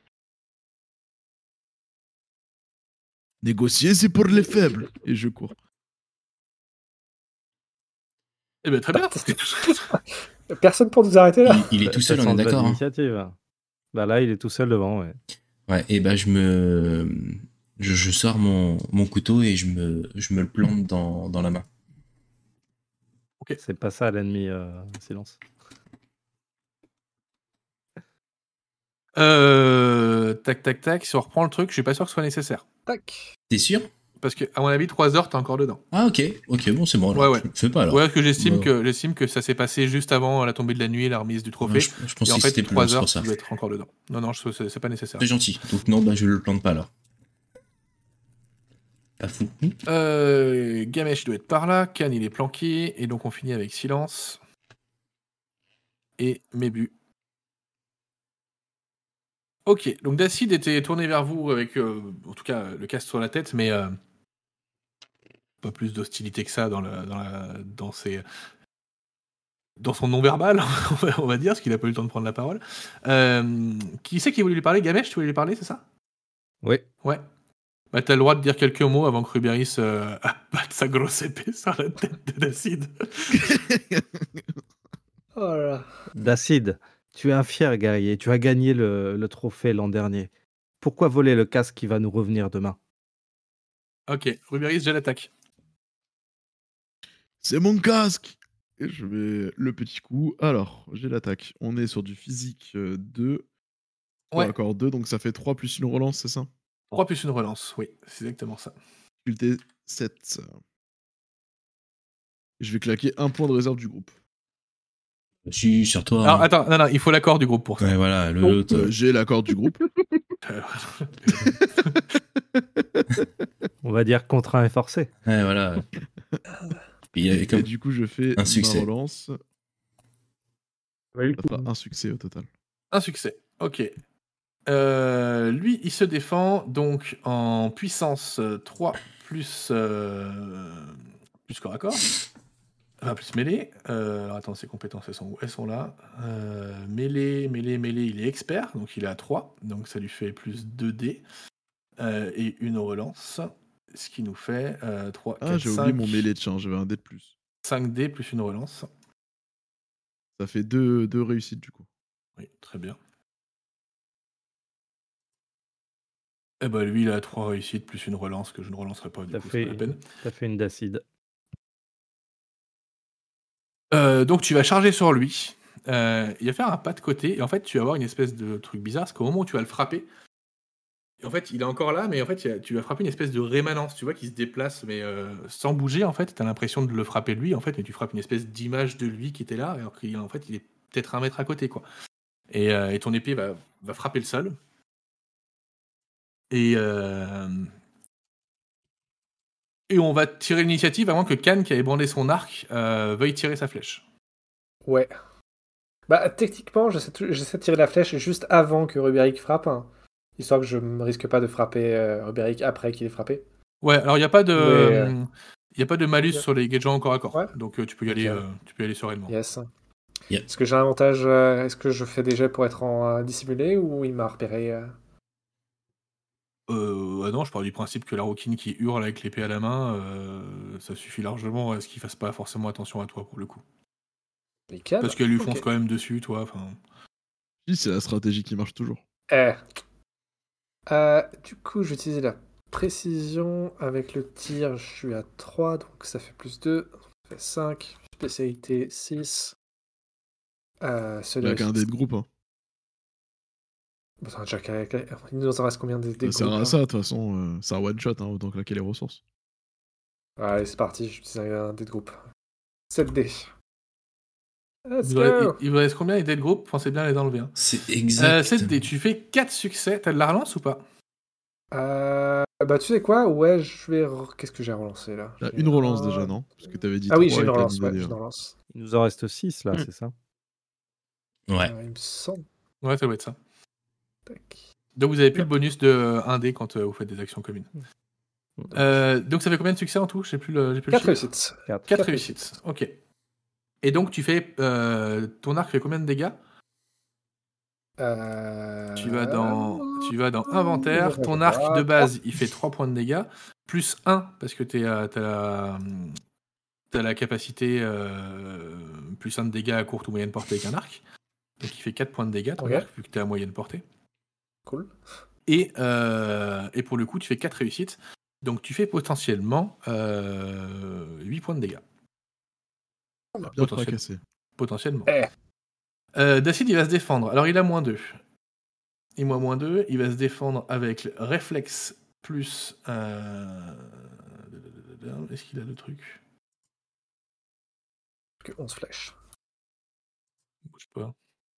Négocier, c'est pour les faibles. Et je cours. Eh bien, très bien. Personne pour nous arrêter là. Il est tout seul, on est d'accord. Hein. Bah là, il est tout seul devant, ouais. Ouais, et bah je sors mon couteau et je me le plante dans la main. Ok. C'est pas ça l'ennemi, Silence. Tac. Si on reprend le truc, je suis pas sûr que ce soit nécessaire. Tac. T'es sûr ? Parce que, à mon avis, 3 heures, t'es encore dedans. Ah, ok, bon, c'est bon. Alors. Ouais. Je fais pas alors. Ouais, parce que j'estime que ça s'est passé juste avant la tombée de la nuit et la remise du trophée. Non, je pense et en que fait, c'était plus 3 long, c'est heures, pour ça. tu dois être encore dedans. Non, c'est pas nécessaire. C'est gentil. Donc non, bah je le plante pas alors. Pas fou. Gamesh doit être par là. Khan, il est planqué. Et donc, on finit avec Silence. Et Mébu. Ok, donc Dacide était tourné vers vous avec, en tout cas, le casque sur la tête, mais pas plus d'hostilité que ça dans son non-verbal, on va dire, parce qu'il a pas eu le temps de prendre la parole. Qui c'est qui voulait lui parler ? Gamesh, tu voulais lui parler, c'est ça ? Oui. Ouais. Bah, t'as le droit de dire quelques mots avant que Rubéris batte sa grosse épée sur la tête de Dacide. Oh là là. Dacide, tu es un fier guerrier. Tu as gagné le trophée l'an dernier. Pourquoi voler le casque qui va nous revenir demain ? Ok, Rubéris, j'ai l'attaque. C'est mon casque. Et je mets le petit coup. Alors, j'ai l'attaque. On est sur du physique 2. Ouais. Encore 2, donc ça fait 3 plus une relance, c'est ça ? 3 plus une relance, oui, c'est exactement ça. Difficulté 7. Je vais claquer un point de réserve du groupe. Si, sur toi. Alors, attends, non, il faut l'accord du groupe pour ça. Ouais, voilà, l'autre. J'ai l'accord du groupe. On va dire contraint et forcé. Ouais, voilà. Et du coup, je fais un succès. ma relance. Ça fera un succès au total. Un succès, ok. Lui, il se défend donc en puissance 3 plus corps à corps. Enfin, plus mêlée. Alors, attends, ses compétences, elles sont là. Mêlée, il est expert, donc il est à 3. Donc ça lui fait plus 2 dés. Et une relance. Ce qui nous fait 3, 4, 5. J'ai oublié mon mêlée, tiens, j'avais un dé de plus. 5 dés plus une relance. Ça fait 2 réussites du coup. Oui, très bien. Eh ben lui, il a 3 réussites plus une relance que je ne relancerai pas, du coup, c'est pas la peine. T'as fait une Dacide. Donc tu vas charger sur lui. Il va faire un pas de côté, et en fait, tu vas avoir une espèce de truc bizarre, parce qu'au moment où tu vas le frapper, En fait, il est encore là, mais en fait, tu vas frapper une espèce de rémanence, tu vois, qui se déplace, mais sans bouger, en fait. Tu as l'impression de le frapper lui, en fait, mais tu frappes une espèce d'image de lui qui était là, alors qu'en fait, il est peut-être 1 mètre à côté, quoi. Et ton épée va frapper le sol. Et on va tirer l'initiative avant que Khan, qui avait brandé son arc, veuille tirer sa flèche. Ouais. Bah, techniquement, j'essaie de tirer la flèche juste avant que Rubéric frappe, hein, histoire que je ne risque pas de frapper Rubéric après qu'il ait frappé. Ouais, alors il n'y a pas de... Mais, Il n'y a pas de malus Ok. sur les gadgets encore à corps. Ouais. Donc tu peux y aller, Ok. tu peux y aller sereinement. Yes. Yep. Est-ce que j'ai un avantage est-ce que je fais des jets pour être en dissimulé ou il m'a repéré Ah non, je pars du principe que la rouquine qui hurle avec l'épée à la main, ça suffit largement à ce qu'il fasse pas forcément attention à toi pour le coup. Nickel. Parce qu'elle lui fonce Ok. quand même dessus, toi. Enfin, Si, c'est la stratégie qui marche toujours. Du coup, je vais utiliser la précision avec le tir. Je suis à 3, donc ça fait plus 2. Ça fait 5. Spécialité 6. Il n'y a qu'un dé de groupe. Hein. Attends, il nous en reste combien des Ça sert groupes, à là ça, de toute façon. C'est un one-shot, hein, autant claquer les ressources. Allez, c'est parti. J'utilise un dé de groupe. 7 dés. Let's il go. vous reste combien les dés de groupe? Pensez bien à les enlever. Hein. C'est exact. 7 dés, tu fais 4 succès. T'as de la relance ou pas? Bah, tu sais quoi? Ouais, je vais. Qu'est-ce que j'ai relancé là? T'as J'ai une relance un- déjà, non? Parce que t'avais dit Ah oui, 3 j'ai une avec la relance. mine Ouais, de j'ai dés, une hein. relance. Il nous en reste 6 là, c'est ça? Ouais. Il me semble. Ouais, ça doit être ça. Tac. Donc vous avez plus le bonus de 1 dé quand vous faites des actions communes. Donc ça fait combien de succès en tout? J'ai plus le 4 chiffre. réussites. 4 réussites. Ok. Et donc tu fais... ton arc fait combien de dégâts? Tu vas dans inventaire. Ton arc de base, il fait 3 points de dégâts. Plus 1, parce que t'as la capacité plus 1 de dégâts à courte ou moyenne portée avec un arc. Donc il fait 4 points de dégâts, ton Ok. arc, vu que t'es à moyenne portée. Cool. Et pour le coup, tu fais 4 réussites. Donc tu fais potentiellement 8 points de dégâts. Bien fracassé. Potentiellement. Eh. Dacid, il va se défendre. Alors il a -2. Et moi -2, il va se défendre avec le réflexe plus... Est-ce qu'il a le truc? Que 11 flèches. Bouge pas.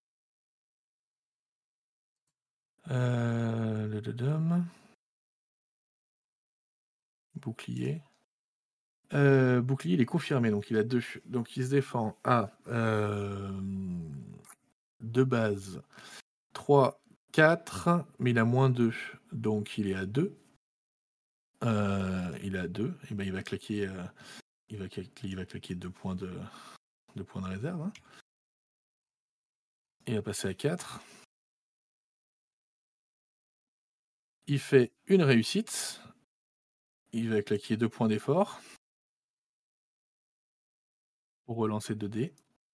Bouclier. Bouclier, il est confirmé, donc il a 2. Donc il se défend à de base 3, 4, mais il a -2, donc il est à 2. Il a 2, et ben il va claquer, il va claquer 2 points de réserve. Hein. Il va passer à 4. Il fait une réussite. Il va claquer 2 points d'effort. Pour relancer 2 dés.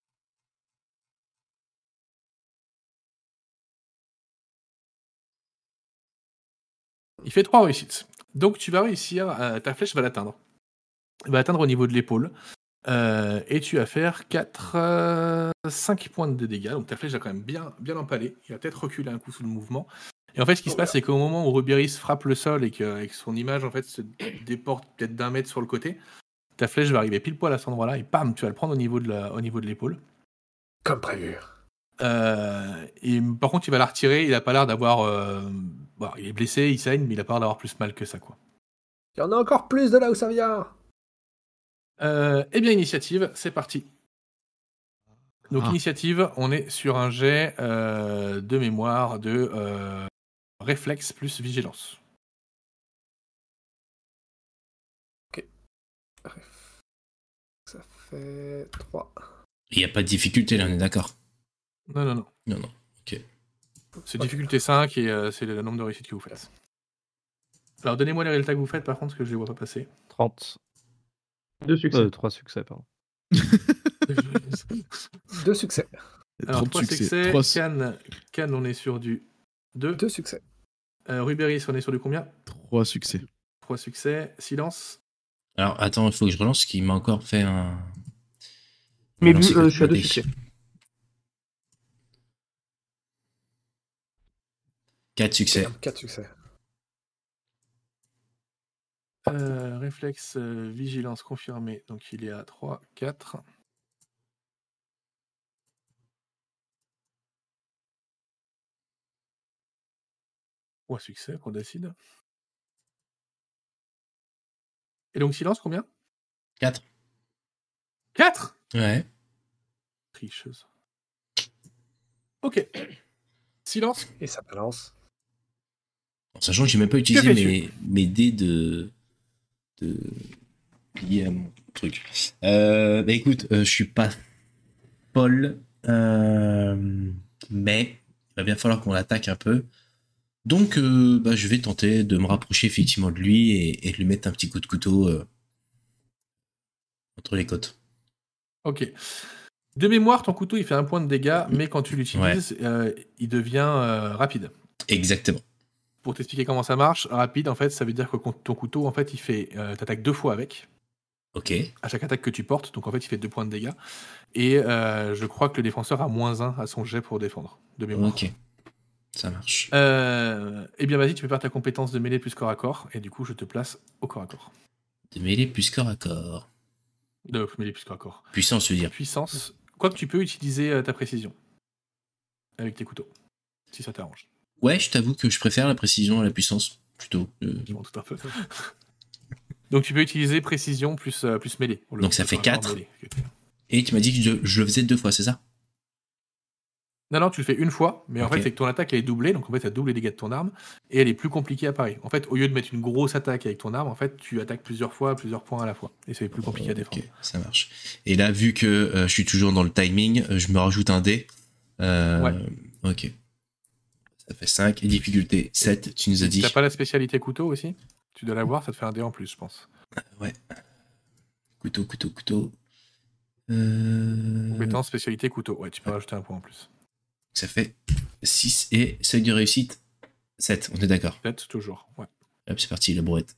Il fait 3 réussites. Donc tu vas réussir, ta flèche va l'atteindre. Elle va atteindre au niveau de l'épaule. Et tu vas faire 5 points de dégâts. Donc ta flèche va quand même bien empalé. Il va peut-être reculer un coup sous le mouvement. Et en fait, ce qui se passe, c'est qu'au moment où Rubéris frappe le sol et que son image en fait se déporte peut-être d'1 mètre sur le côté, ta flèche va arriver pile poil à cet endroit-là et bam, tu vas le prendre au niveau de l'épaule. Comme prévu. Et par contre, il va la retirer. Il a pas l'air d'avoir. Il est blessé, il saigne, mais il a pas l'air d'avoir plus mal que ça, quoi. Il y en a encore plus de là où ça vient. Eh bien, initiative, c'est parti. Donc, initiative, on est sur un jet de mémoire de réflexe plus vigilance. Ok. Ça fait 3. Il n'y a pas de difficulté là, on est d'accord? Non. Non, ok. C'est difficulté 5 et c'est le nombre de réussites que vous faites. Alors, donnez-moi les résultats que vous faites, par contre, parce que je les vois pas passer. 30. 2 succès. 3 succès, pardon. 2 succès. Alors, 3 succès. Cannes, on est sur du 2. 2 succès. Rubéris, on est sur du combien? 3 succès. 3 succès. Silence. Alors, attends, il faut que je relance, parce qu'il m'a encore fait un... Mais je suis à 2 succès. 4 succès. 4 succès. Réflexe, vigilance confirmé. Donc il est à 3, 4. Oh, succès pour d'acide. Et donc silence, combien? 4. 4? Ouais. Tricheuse. Ok. Silence. Et ça balance. En sachant que j'ai même pas utilisé mes dés de liés à mon truc. Bah écoute, je suis pas folle, mais il va bien falloir qu'on l'attaque un peu. Donc, bah, je vais tenter de me rapprocher effectivement de lui et de lui mettre un petit coup de couteau entre les côtes. Ok. De mémoire, ton couteau, il fait 1 point de dégâts, mais quand tu l'utilises, il devient rapide. Exactement. Pour t'expliquer comment ça marche, rapide, en fait, ça veut dire que ton couteau, en fait, il fait, t'attaques 2 fois avec. Ok. À chaque attaque que tu portes, donc en fait, il fait 2 points de dégâts. Et je crois que le défenseur a -1 à son jet pour défendre, de mémoire. Ok. Ça marche. Eh bien, vas-y, tu peux faire ta compétence de mêlée plus corps à corps, et du coup, je te place au corps à corps. De mêlée plus corps à corps. De mêlée plus corps à corps. Puissance, je veux dire. Puissance. Quoique tu peux utiliser ta précision avec tes couteaux, si ça t'arrange. Ouais, je t'avoue que je préfère la précision à la puissance, plutôt. Bon, tout un peu. Donc tu peux utiliser précision plus mêlée. Pour le Donc coup, ça le fait corps à corps 4. mêlée. Et tu m'as dit que je le faisais 2 fois, c'est ça? Non, tu le fais une fois, mais en Ok. fait, c'est que ton attaque elle est doublée, donc en fait, ça double les dégâts de ton arme, et elle est plus compliquée à parer. En fait, au lieu de mettre une grosse attaque avec ton arme, en fait, tu attaques plusieurs fois, plusieurs points à la fois, et c'est plus compliqué à défendre. Ok, ça marche. Et là, vu que je suis toujours dans le timing, je me rajoute un dé. Ouais. Ok. Ça fait 5. Et difficulté 7, tu nous as dit. T'as pas la spécialité couteau aussi? Tu dois l'avoir, ça te fait un dé en plus, je pense. Ouais. Couteau. Compétence, spécialité couteau. Ouais, tu peux rajouter un point en plus. Ça fait 6 et seuil de réussite 7, on est d'accord. 7, toujours, ouais. Hop, c'est parti, la brouette.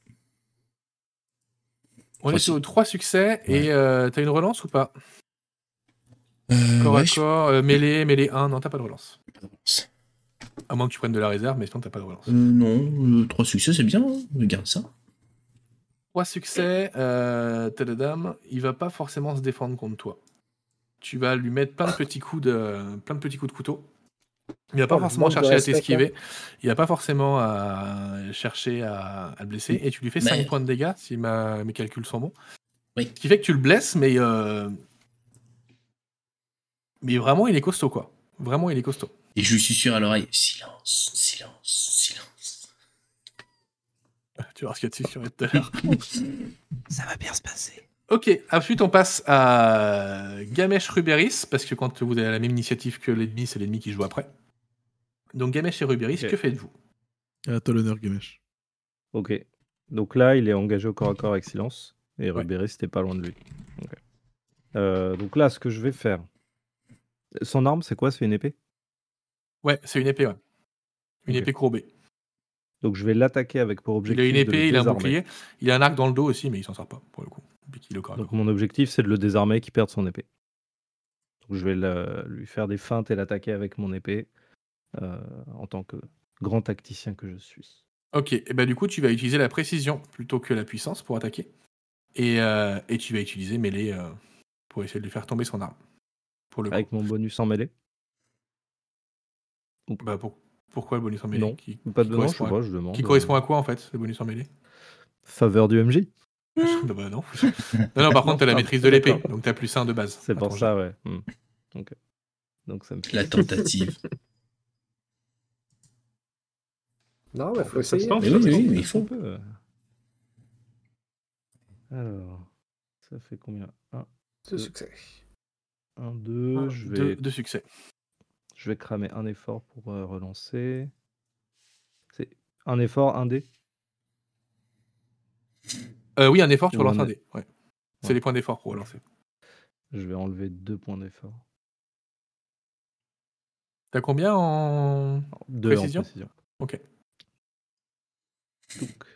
On est sur 3 succès, et t'as une relance ou pas? Corps à corps, mêlée 1, non, t'as pas de relance. Pas de relance. À moins que tu prennes de la réserve, mais sinon t'as pas de relance. Non, 3 succès, c'est bien, hein. Regarde ça. 3 succès, tadadam, il va pas forcément se défendre contre toi. Tu vas lui mettre plein de petits coups de couteau. Il va pas forcément chercher à t'esquiver. Il va pas forcément à chercher à le blesser. Et tu lui fais 5 points de dégâts, si mes calculs sont bons. Oui. Ce qui fait que tu le blesses, mais vraiment, il est costaud, quoi. Vraiment, il est costaud. Et je lui suis sûr à l'oreille, silence. Tu vas voir ce qu'il y a dessus sur tout à l'heure. Ça va bien se passer. Ok, ensuite on passe à Gamesh Ruberis, parce que quand vous avez la même initiative que l'ennemi, c'est l'ennemi qui joue après. Donc Gamesh et Ruberis, que faites-vous? À toi l'honneur, Gamesh. Ok. Donc là, il est engagé au corps à corps avec silence. Et Ruberis, t'es pas loin de lui. Okay. Donc là, ce que je vais faire. Son arme, c'est quoi? C'est une épée? Ouais, c'est une épée, ouais. Une épée courbée. Donc je vais l'attaquer avec pour objectif. Il a une épée, il a un désarmer. bouclier. Il a un arc dans le dos aussi, mais il s'en sort pas, pour le coup. Donc mon objectif, c'est de le désarmer, qu'il perde son épée. Donc je vais lui faire des feintes et l'attaquer avec mon épée. En tant que grand tacticien que je suis. Ok, et bah du coup tu vas utiliser la précision plutôt que la puissance pour attaquer. Et tu vas utiliser mêlée pour essayer de lui faire tomber son arme. Pour le Avec coup. mon bonus en mêlée? Bah pourquoi le bonus en mêlée? Non, pas de bonus, je demande. Qui correspond à quoi en fait, le bonus en mêlée? Faveur du MJ? Bah non. non, par contre t'as la maîtrise de l'épée, donc t'as plus 1 de base. C'est pour ça, ouais. Ok. Donc ça me fait... La tentative. Non, mais faut essayer. Mais oui, mais il faut. Alors, ça fait combien? 2 succès. 1, 2, je vais... 2 succès. Je vais cramer un effort pour relancer. C'est un effort, un dé? Oui, un effort, tu relances un dé. Ouais. C'est les points d'effort pour relancer. Je vais enlever 2 points d'effort. T'as combien en 2 précision? en précision. Ok. Donc.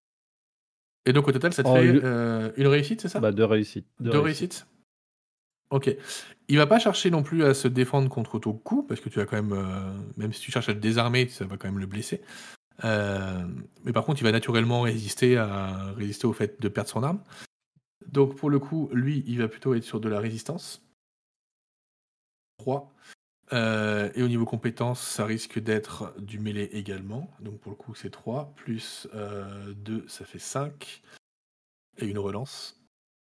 Et donc au total, ça te fait une réussite, c'est ça? Bah 2 réussites. 2 réussites. Ok. Il va pas chercher non plus à se défendre contre ton coup, parce que tu vas quand même si tu cherches à le désarmer, ça va quand même le blesser. Mais par contre, il va naturellement résister au fait de perdre son arme. Donc pour le coup, lui, il va plutôt être sur de la résistance. 3. Et au niveau compétences, ça risque d'être du mêlée également. Donc pour le coup, c'est 3. Plus 2, ça fait 5. Et une relance.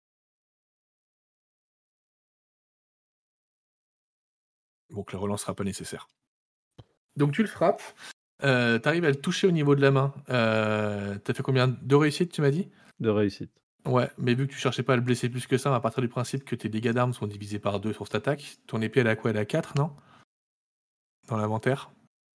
Donc la relance sera pas nécessaire. Donc tu le frappes. T'arrives à le toucher au niveau de la main. T'as fait combien de réussites, tu m'as dit? De réussite. Ouais, mais vu que tu cherchais pas à le blesser plus que ça, à partir du principe que tes dégâts d'armes sont divisés par 2 sur cette attaque, ton épée elle a quoi? Elle a 4, non? Dans l'inventaire?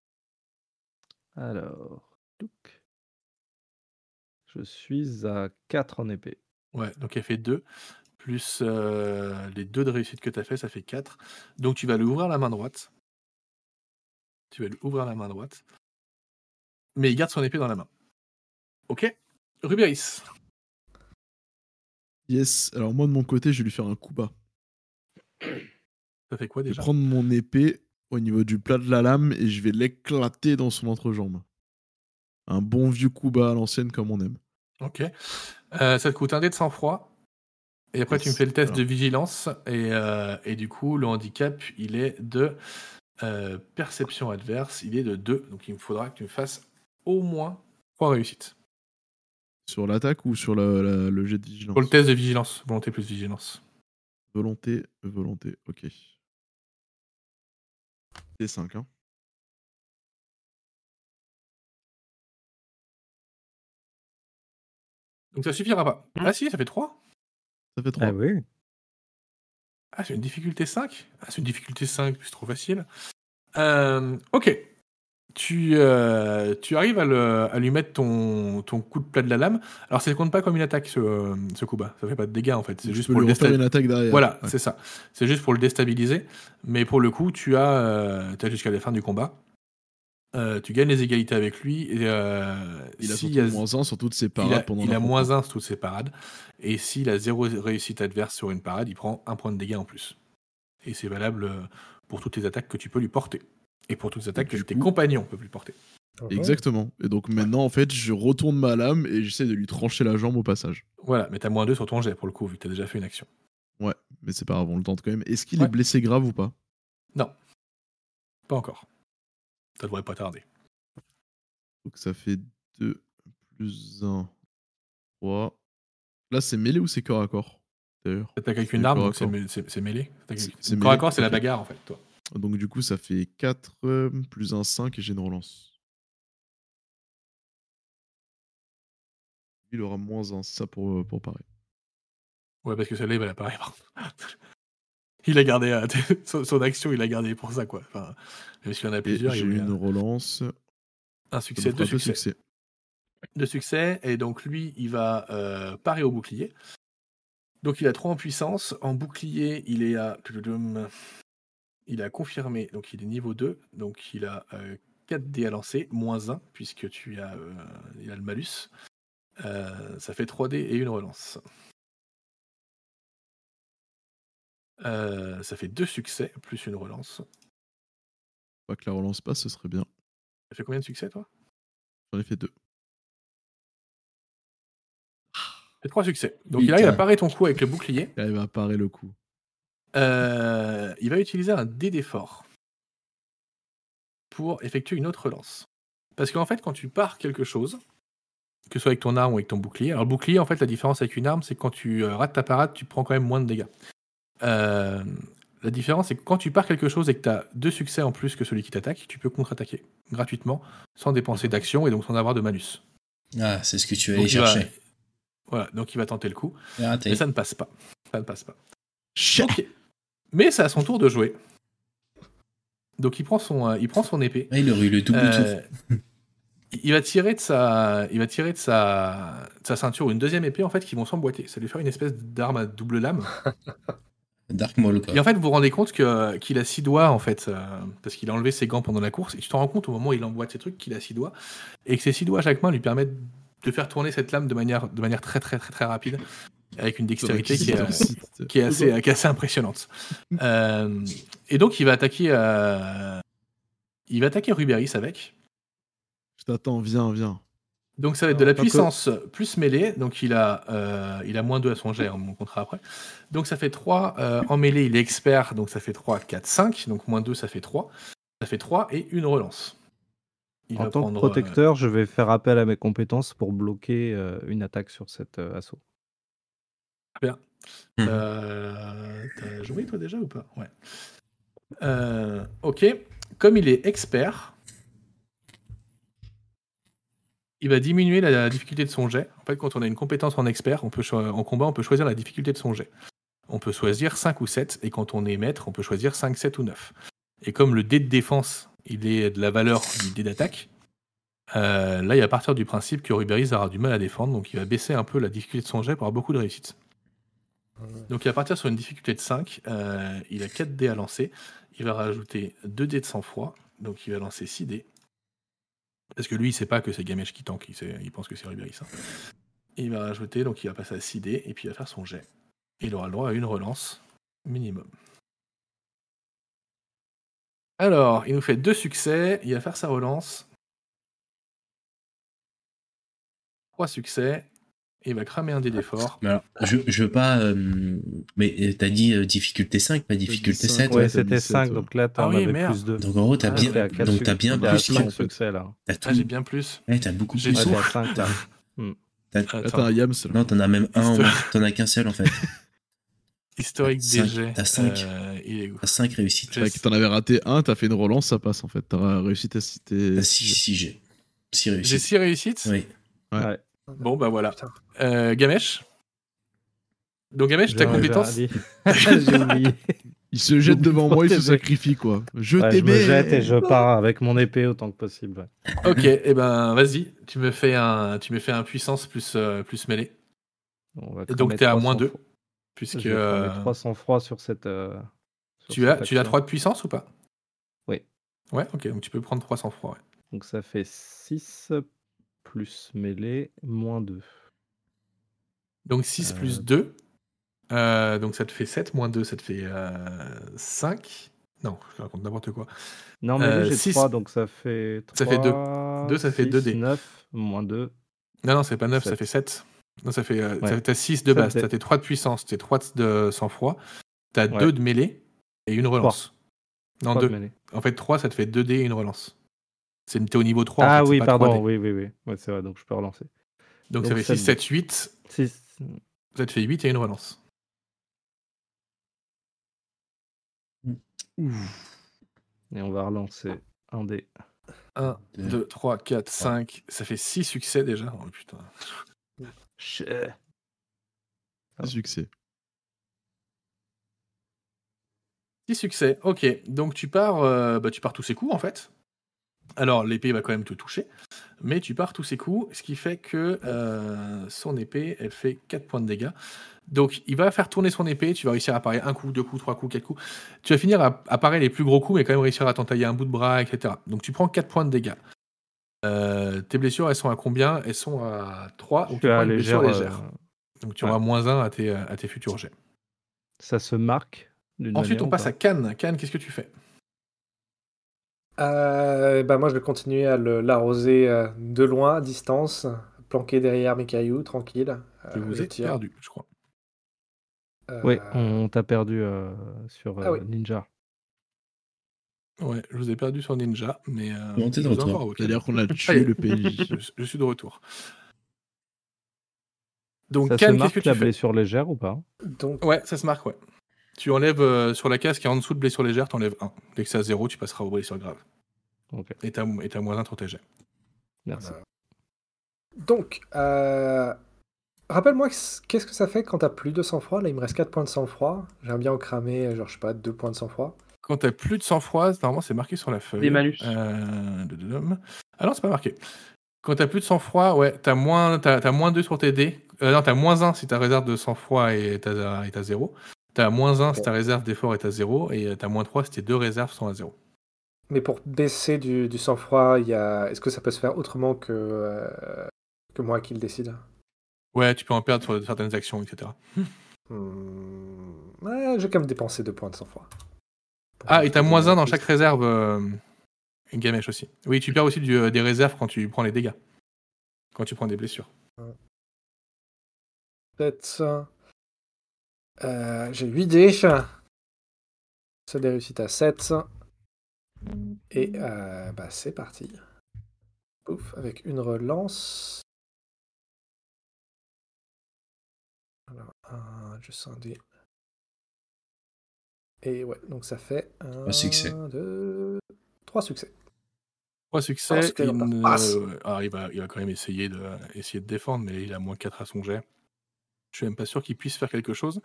Alors, touc. Je suis à 4 en épée. Ouais, donc elle fait 2. Plus les 2 de réussite que tu as fait, ça fait 4. Donc tu vas lui ouvrir la main droite. Mais il garde son épée dans la main. Ok? Rubéris. Yes, alors moi de mon côté, je vais lui faire un coup bas. Ça fait quoi Je vais déjà? prendre mon épée au niveau du plat de la lame et je vais l'éclater dans son entrejambe. Un bon vieux coup bas à l'ancienne comme on aime. Ok. Ça te coûte un dé de sang-froid. Et après, tu me fais le test de vigilance. Et du coup, le handicap, il est de perception adverse. Il est de 2. Donc il me faudra que tu me fasses au moins 3 réussites. Sur l'attaque ou sur le jet de vigilance? Pour le test de vigilance. Volonté plus vigilance. Volonté, ok. C'est 5, hein. Donc ça suffira pas. Ah si, ça fait 3. Ça fait 3. Ah oui. Ah, c'est une difficulté 5? Ah, c'est une difficulté 5, c'est trop facile. Ok. Tu arrives à lui mettre ton coup de plat de la lame. Alors, ça ne compte pas comme une attaque, ce coup bas. Ça fait pas de dégâts, en fait. C'est juste pour lui refaire une attaque derrière. Voilà, Ouais. c'est ça. C'est juste pour le déstabiliser. Mais pour le coup, tu as jusqu'à la fin du combat. Tu gagnes les égalités avec lui. Et, il a surtout moins 1 sur toutes ses parades pendant il a moins 1 sur toutes ses parades. Et s'il a 0 réussite adverse sur une parade, il prend 1 point de dégâts en plus. Et c'est valable pour toutes les attaques que tu peux lui porter. Et pour toutes les attaques que tes compagnons peuvent lui porter. Exactement. Et donc maintenant, en fait, je retourne ma lame et j'essaie de lui trancher la jambe au passage. Voilà, mais t'as moins 2 sur ton jet pour le coup, vu que t'as déjà fait une action. Ouais, mais c'est pas grave, on le tente quand même. Est-ce qu'il est blessé grave ou pas? Non. Pas encore. Ça devrait pas tarder. Donc ça fait 2 plus 1, 3. Là, c'est mêlé ou c'est corps à corps, d'ailleurs? T'attaques avec une arme, donc c'est mêlé. C'est corps à mêlé, corps, c'est la ok. bagarre, en fait, toi. Donc du coup, ça fait 4 plus 1, 5 et j'ai une relance. Il aura moins 1, c'est ça pour parer. Ouais, parce que celle-là, il va la parer. Il a gardé son action, il a gardé pour ça, quoi. Enfin, même s'il y en a plusieurs. J'ai une relance. Un succès, 2 succès. 2 succès, et donc lui, il va parer au bouclier. Donc il a 3 en puissance. En bouclier, il est à... Il a confirmé, donc il est niveau 2, donc il a 4 dés à lancer, moins 1, puisque il a le malus. Ça fait 3 dés et une relance. Ça fait 2 succès, plus une relance. Pas que la relance passe, ce serait bien. Ça fait combien de succès, toi? J'en ai fait 2. Ça fait 3 succès. Donc il arrive à parer ton coup avec le bouclier. Il arrive à parer le coup. Il va utiliser un dé d'effort pour effectuer une autre relance. Parce qu'en fait, quand tu pares quelque chose, que ce soit avec ton arme ou avec ton bouclier, alors le bouclier, en fait, la différence avec une arme, c'est que quand tu rates ta parade, tu prends quand même moins de dégâts. La différence, c'est que quand tu pars quelque chose et que tu as 2 succès en plus que celui qui t'attaque, tu peux contre-attaquer gratuitement, sans dépenser d'action et donc sans avoir de malus. Ah, c'est ce que tu vas aller chercher. Voilà, donc il va tenter le coup. Raté. Mais ça ne passe pas. Ok. Mais c'est à son tour de jouer. Donc il prend son épée. Ah, il aurait eu le double tour. Il va tirer de sa ceinture une deuxième épée, en fait, qui vont s'emboîter. Ça lui fait une espèce d'arme à double lame. Dark Maul, quoi. Et en fait, vous vous rendez compte qu'il a 6 doigts, en fait, parce qu'il a enlevé ses gants pendant la course. Et tu te rends compte au moment où il emboîte ses trucs qu'il a 6 doigts. Et que ces 6 doigts à chaque main lui permettent de faire tourner cette lame de manière très très très très rapide. avec une dextérité qui est assez impressionnante. Et donc il va attaquer Rubéris avec. Je t'attends, viens. Donc ça va être de la puissance plus mêlée, donc il a -2 à son jet, on me comptera après. Donc ça fait 3 en mêlée, il est expert, donc ça fait 3, 4, 5, donc -2 ça fait 3. Ça fait 3 et une relance. En tant que protecteur, je vais faire appel à mes compétences pour bloquer une attaque sur cet assaut. Bien. T'as joué toi déjà ou pas? Ouais. Ok. Comme il est expert, il va diminuer la difficulté de son jet. En fait, quand on a une compétence en expert, en combat, on peut choisir la difficulté de son jet. On peut choisir 5 ou 7, et quand on est maître, on peut choisir 5, 7 ou 9. Et comme le dé de défense, il est de la valeur du dé d'attaque, là, il va partir du principe que Rubéris aura du mal à défendre, donc il va baisser un peu la difficulté de son jet pour avoir beaucoup de réussite. Donc il va partir sur une difficulté de 5, il a 4 dés à lancer, il va rajouter 2 dés de sang-froid, donc il va lancer 6 dés. Parce que lui, il sait pas que c'est Gamesh qui tank, il pense que c'est Rubéris. Hein. Il va rajouter, donc il va passer à 6 dés, et puis il va faire son jet. Et il aura le droit à une relance minimum. Alors, il nous fait 2 succès, il va faire sa relance. 3 succès, et il va cramer un dé d'effort. Mais alors, je veux pas... mais t'as dit difficulté 5, pas difficulté 7. Ouais, c'était 5, donc là t'en avais plus 2. Donc en gros, t'as bien plus que succès là. J'ai bien plus. T'as beaucoup plus. Attends, Yams. Non, t'en as même un, t'en as qu'un seul en fait. Historique des jets. T'as 5. T'as 5 réussites. T'en avais raté un, t'as fait une relance, ça passe en fait. T'as réussi tes 6 jets. 6 réussites. J'ai 6 réussites? Oui. Ouais. Bon, bah voilà. Gamesh? Donc Gamesh, ta compétence? J'ai oublié. Il se jette devant moi, il se sacrifie quoi. Je t'aimais. Je me jette et je pars avec mon épée autant que possible. Ouais. Ok, et ben vas-y, tu me fais un puissance plus mêlée. Et donc t'es à -2. Puisque. Je vais prendre 300 froid sur cette. Tu as 3 de puissance ou pas? Oui. Ouais, ok, donc tu peux prendre 300 froid. Ouais. Donc ça fait 6 plus mêlée, -2. Donc 6 plus 2. Donc ça te fait 7, -2, ça te fait 5. Non, je raconte n'importe quoi. Non, mais j'ai 6, 3, donc ça fait 3. Ça fait 2. 2, ça fait 2 dés. 9, -2. Non, c'est pas 9, 7. Ça fait 7. Non, ça fait. T'as 6 de base, t'as tes 3 de puissance, tes 3 de sang-froid, t'as 2 de mêlée et une relance. 3. Non, 2. En fait, 3, ça te fait 2 dés et une relance. T'es au niveau 3. Ah en fait, oui, pardon, oui. Ouais, c'est vrai, donc je peux relancer. Donc ça fait 6, 7, 8. 6. Ça te fait 8 et une relance. Et on va relancer un dé. 1, 2, 3, 4, 5. Ça fait 6 succès déjà. Oh putain. 6 succès. 6 succès, ok. Donc tu pars tous ses coups en fait. Alors l'épée va quand même te toucher, mais tu pars tous ses coups, ce qui fait que son épée, elle fait 4 points de dégâts. Donc il va faire tourner son épée, tu vas réussir à parer 1 coup, 2 coups, 3 coups, 4 coups. Tu vas finir à parer les plus gros coups, mais quand même réussir à t'entailler un bout de bras, etc. Donc tu prends 4 points de dégâts. Tes blessures, elles sont à combien? Elles sont à 3, donc tu prends une blessure légère. Donc tu auras -1 à tes futurs jets. Ça se marque d'une manière. Ensuite, on passe à Cannes. Cannes, qu'est-ce que tu fais? Moi, je vais continuer à l'arroser de loin, à distance, planqué derrière mes cailloux, tranquille. Je vous ai perdu, je crois. Oui, on t'a perdu sur Ninja. Ouais, je vous ai perdu sur Ninja, mais t'es de retour. C'est-à-dire qu'on a tué le PNJ. Je suis de retour. Donc, ça Cannes, se marque qu'est-ce que la tu fais? blessure légère ou pas? Donc... Ouais, ça se marque, ouais. Tu enlèves sur la case qui est en dessous de blessure légère, tu enlèves 1. Dès que c'est à 0, tu passeras aux blessures graves. Okay. Et t'as -1 sur tes jets. Merci. Donc, rappelle-moi, qu'est-ce que ça fait quand t'as plus de sang-froid? Là, il me reste 4 points de sang-froid. J'aime bien en cramer, genre, je sais pas, 2 points de sang-froid. Quand t'as plus de sang-froid, normalement, c'est marqué sur la feuille. Des malus. Ah non, c'est pas marqué. Quand t'as plus de sang-froid, ouais, t'as -2 sur tes dés. Non, t'as -1 si ta réserve de sang-froid est à 0. T'as -1 si ta réserve d'effort est à 0. Et t'as -3 si tes 2 réserves sont à 0. Mais pour baisser du sang-froid, est-ce que ça peut se faire autrement que moi qui le décide? Ouais, tu peux en perdre sur certaines actions, etc. Ouais, j'ai quand même dépensé 2 points de sang-froid. Ah, et t'as Pour -1 dans plus. chaque réserve, Gamesh aussi. Oui, tu perds aussi des réserves quand tu prends les dégâts. Quand tu prends des blessures. Peut-être. J'ai 8 dés. Ça des réussites à 7. Et c'est parti. Pouf, avec une relance. Alors, juste un dé. Et ouais, donc ça fait 3 succès. 3 succès. 3 succès. dans ta face. Il va quand même essayer de défendre, mais il a -4 à son jet. Je suis même pas sûr qu'il puisse faire quelque chose.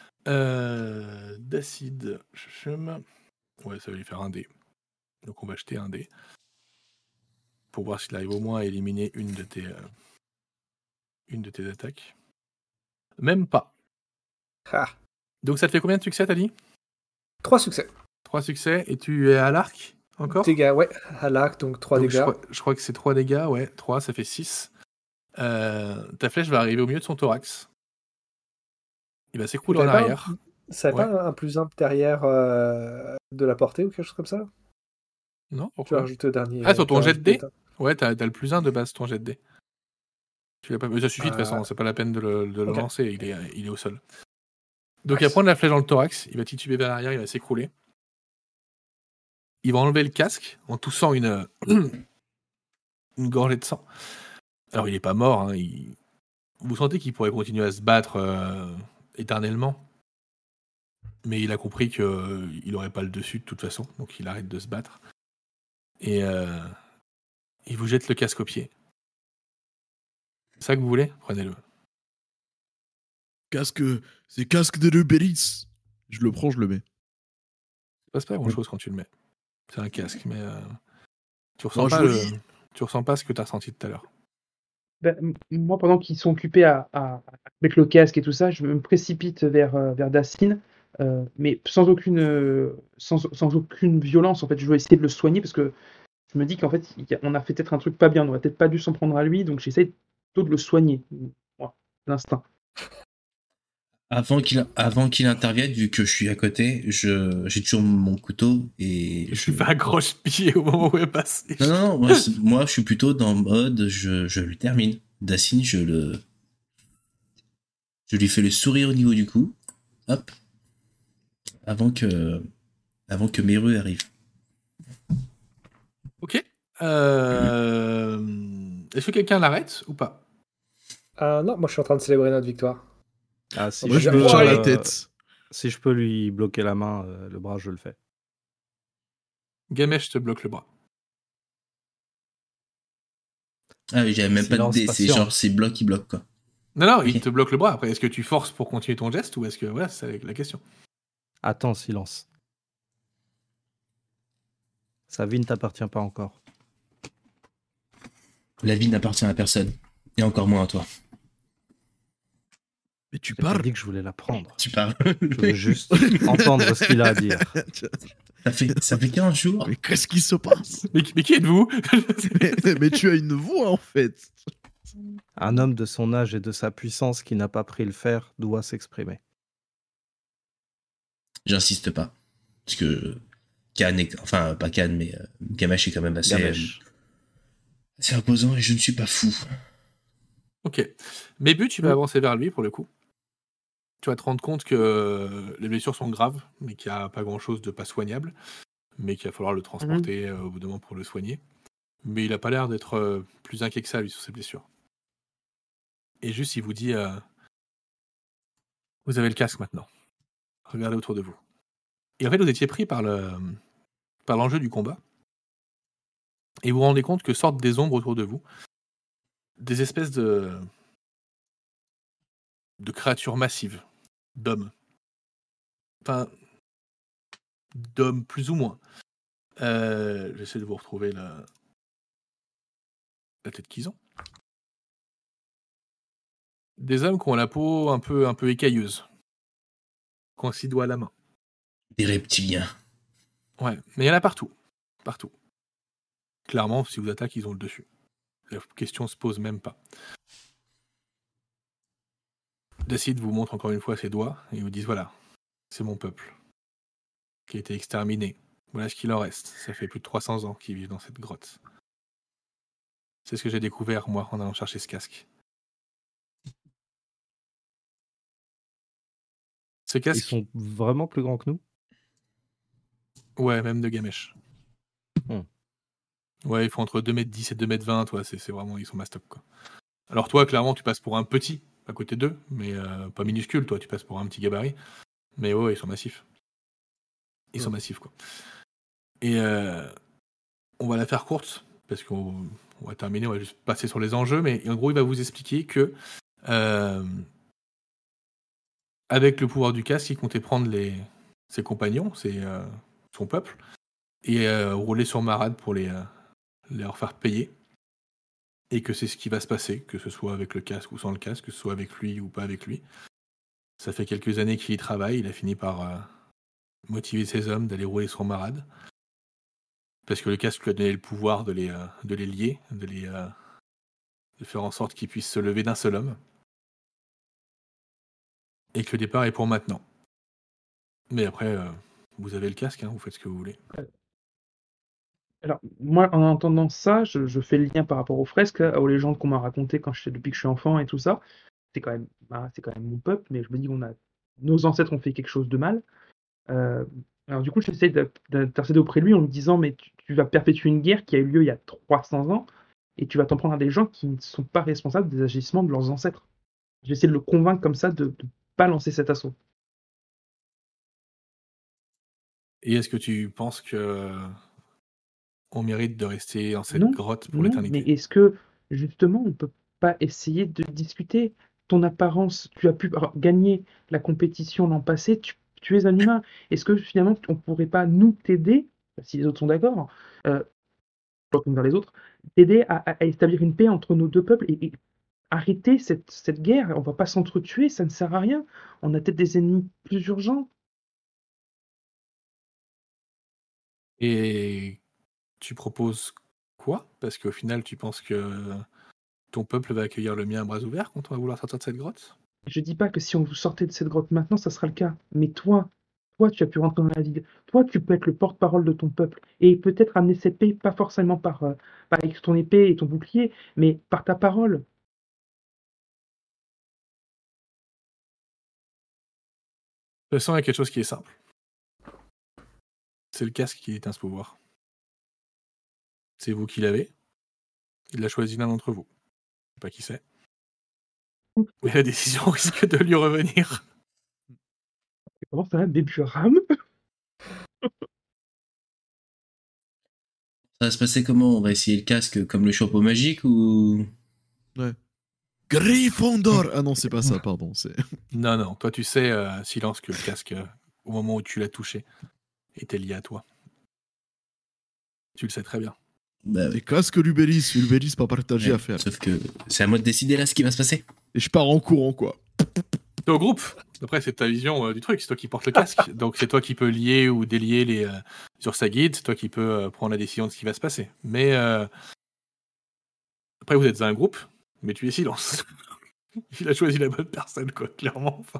D'acide. Ouais, ça va lui faire un dé. Donc on va jeter un dé. Pour voir s'il arrive au moins à éliminer une de tes attaques. Même pas. Ah, Donc ça te fait combien de succès, t'as dit 3 succès. 3 succès, et tu es à l'arc encore Dégâts, ouais, à l'arc, donc 3 Donc, dégâts. je crois que c'est 3 dégâts, ouais. 3, ça fait 6. Ta flèche va arriver au milieu de son thorax. Il va s'écrouler en arrière. Ça n'avait pas un +1 derrière de la portée ou quelque chose comme ça? Non, Tu as pourquoi rajouté au dernier. Ah, sur tu ton as jet de rajouté dé Ouais, t'as le +1 de base, ton jet de dé. Mais ça suffit de toute façon, c'est pas la peine de le Ok. lancer, il est au sol. Donc il va prendre la flèche dans le thorax, il va tituber vers l'arrière, il va s'écrouler. Il va enlever le casque en toussant une gorgée de sang. Alors il est pas mort, hein, vous sentez qu'il pourrait continuer à se battre éternellement. Mais il a compris qu'il n'aurait pas le dessus de toute façon, donc il arrête de se battre. Et il vous jette le casque au pied. C'est ça que vous voulez ? Prenez-le. C'est casque de Ruberis. Je le prends, je le mets. Ça passe pas grand-chose quand tu le mets. C'est un casque, mais tu ressens pas ce que tu as ressenti tout à l'heure. Moi, pendant qu'ils sont occupés avec le casque et tout ça, je me précipite vers Dacine, mais sans aucune violence. En fait, je veux essayer de le soigner parce que je me dis qu'en fait, on a fait peut-être un truc pas bien. On aurait peut-être pas dû s'en prendre à lui, donc j'essaie plutôt de le soigner. Voilà, l'instinct. Avant qu'il intervienne, vu que je suis à côté, j'ai toujours mon couteau et Je lui fais un croche-pied au moment où elle passe. Non, moi je suis plutôt dans le mode je le termine. Dacine, je lui fais le sourire au niveau du cou. Hop. Avant que Meru arrive. Ok. Est-ce que quelqu'un l'arrête ou pas ? Non, moi je suis en train de célébrer notre victoire. Ah, si Moi, je je lui peux, tire la tête. Si je peux lui bloquer la main, le bras, je le fais. Gamesh te bloque le bras. Ah oui, j'avais même pas de Silence dé, c'est patient. genre c'est bloc qui bloque quoi. Non, Ok. il te bloque le bras. Après, est-ce que tu forces pour continuer ton geste ou est-ce que... Voilà, c'est la question. Attends, silence. Sa vie ne t'appartient pas encore. La vie n'appartient à personne. Et encore moins à toi. Mais tu J'ai parles. dit que je voulais la prendre. Tu parles. Je veux juste entendre ce qu'il a à dire. Ça fait 15 jours. Mais qu'est-ce qui se passe? Mais qui êtes-vous ? Mais tu as une voix en fait. Un homme de son âge et de sa puissance qui n'a pas pris le fer doit s'exprimer. J'insiste pas. Parce que Khan est... Enfin, pas Khan, mais Gamesh est quand même assez imposant et je ne suis pas fou. Ok. Mébu, tu vas avancer vers lui pour le coup. Tu vas te rendre compte que les blessures sont graves, mais qu'il n'y a pas grand-chose de pas soignable, mais qu'il va falloir le transporter au bout d'un moment pour le soigner. Mais il n'a pas l'air d'être plus inquiet que ça, lui, sur ses blessures. Et juste, il vous dit vous avez le casque maintenant. Regardez autour de vous. Et en fait, vous étiez pris par l'enjeu du combat. Et vous vous rendez compte que sortent des ombres autour de vous. Des espèces de créatures massives. D'hommes. Enfin, d'hommes plus ou moins. J'essaie de vous retrouver la tête qu'ils ont. Des hommes qui ont la peau un peu écailleuse. Qui ont 6 doigts à la main. Des reptiliens. Ouais, mais il y en a partout. Partout. Clairement, si vous attaquez, ils ont le dessus. La question se pose même pas. Dacid vous montre encore une fois ses doigts et vous dit voilà, c'est mon peuple qui a été exterminé. Voilà ce qu'il en reste. Ça fait plus de 300 ans qu'ils vivent dans cette grotte. C'est ce que j'ai découvert, moi, en allant chercher ce casque. Ce Ils casque, sont vraiment plus grands que nous? ouais, même de Gamesh. Hmm. Ouais, ils font entre 2m10 et 2m20, toi, c'est vraiment, ils sont mastoc, quoi. Alors toi, clairement, tu passes pour un petit à côté d'eux, mais pas minuscule, toi, tu passes pour un petit gabarit. Mais ouais, ils sont massifs. Ils sont massifs, quoi. Et on va la faire courte, parce qu'on va terminer, on va juste passer sur les enjeux, mais en gros, il va vous expliquer que avec le pouvoir du casque, il comptait prendre ses compagnons, son peuple, et rouler sur Marad pour les leur faire payer. Et que c'est ce qui va se passer, que ce soit avec le casque ou sans le casque, que ce soit avec lui ou pas avec lui. Ça fait quelques années qu'il y travaille, il a fini par motiver ses hommes d'aller rouler sur Marad. Parce que le casque lui a donné le pouvoir de les lier, de faire en sorte qu'ils puissent se lever d'un seul homme. Et que le départ est pour maintenant. Mais après, vous avez le casque, hein, vous faites ce que vous voulez. Alors, moi, en entendant ça, je fais le lien par rapport aux fresques, aux légendes qu'on m'a racontées depuis que je suis enfant et tout ça. C'est quand même mon peuple, mais je me dis nos ancêtres ont fait quelque chose de mal. Euh, alors du coup, j'essaie d'intercéder auprès de lui en me disant, mais tu vas perpétuer une guerre qui a eu lieu il y a 300 ans, et tu vas t'en prendre à des gens qui ne sont pas responsables des agissements de leurs ancêtres. J'essaie de le convaincre comme ça de ne pas lancer cet assaut. Et est-ce que tu penses que on mérite de rester dans cette Non, grotte pour non, mais l'éternité? est-ce que justement on peut pas essayer de discuter? Ton apparence, tu as pu gagner la compétition l'an passé, tu es un humain. Est-ce que finalement on pourrait pas nous t'aider, si les autres sont d'accord, je retourne vers les autres, t'aider à établir une paix entre nos deux peuples et arrêter cette guerre? On va pas s'entretuer, ça ne sert à rien. On a peut-être des ennemis plus urgents. Et tu proposes quoi? Parce qu'au final, tu penses que ton peuple va accueillir le mien à bras ouverts quand on va vouloir sortir de cette grotte? Je dis pas que si on vous sortait de cette grotte maintenant, ça sera le cas. Mais toi, tu as pu rentrer dans la ville. Toi, tu peux être le porte-parole de ton peuple. Et peut-être amener cette paix, pas forcément par avec ton épée et ton bouclier, mais par ta parole. De toute façon, il y a quelque chose qui est simple. C'est le casque qui détient ce pouvoir. C'est vous qui l'avez. Il l'a choisi l'un d'entre vous. Je sais pas qui c'est. Mais la décision risque de lui revenir. Comment ça va, Béburam? Ça va se passer comment? On va essayer le casque comme le chapeau magique ou... Ouais. Gryffondor. Ah non, c'est pas ça, pardon. Non. Toi, tu sais, Silence, que le casque, au moment où tu l'as touché, était lié à toi. Tu le sais très bien. Bah Les ouais. casques Ulberis pas partagé à faire. Sauf que c'est à moi de décider là ce qui va se passer. Et je pars en courant, quoi. T'es au groupe. Après, c'est ta vision du truc. C'est toi qui portes le casque. Donc, c'est toi qui peux lier ou délier les sur sa guide. C'est toi qui peux prendre la décision de ce qui va se passer. Mais après, vous êtes un groupe, mais tu es Silence. Il a choisi la bonne personne, quoi, clairement. Enfin.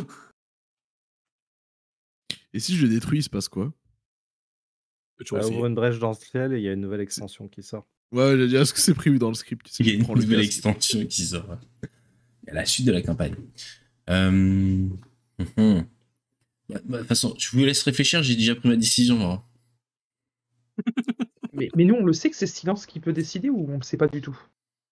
Et si je le détruis, il se passe quoi? Toujours Ça ouvre essayer. une brèche dans le ciel et il y a une nouvelle extension qui sort. Ouais, j'ai dit, est-ce que c'est prévu dans le script? Tu sais, Il y a je une prends le nouvelle casque. extension qui sort. À la suite de la campagne. De toute façon, je vous laisse réfléchir, j'ai déjà pris ma décision. Hein. Mais nous, on le sait que c'est Silence qui peut décider ou on le sait pas du tout?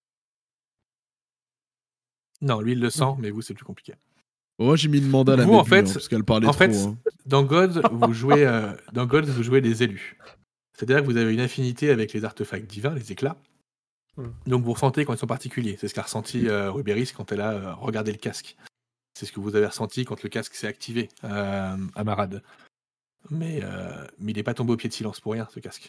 Non, lui, il le sent, Ok. mais vous, c'est plus compliqué. Bon, moi, j'ai mis une mandale à Vous, mes en fait, parce qu'elle parlait en trop. fait, Hein. dans God, vous jouez les élus. C'est-à-dire que vous avez une affinité avec les artefacts divins, les éclats. Donc vous ressentez quand ils sont particuliers. C'est ce qu'a ressenti Rubéris quand elle a regardé le casque. C'est ce que vous avez ressenti quand le casque s'est activé à Marad. Mais il n'est pas tombé au pied de Silence pour rien, ce casque.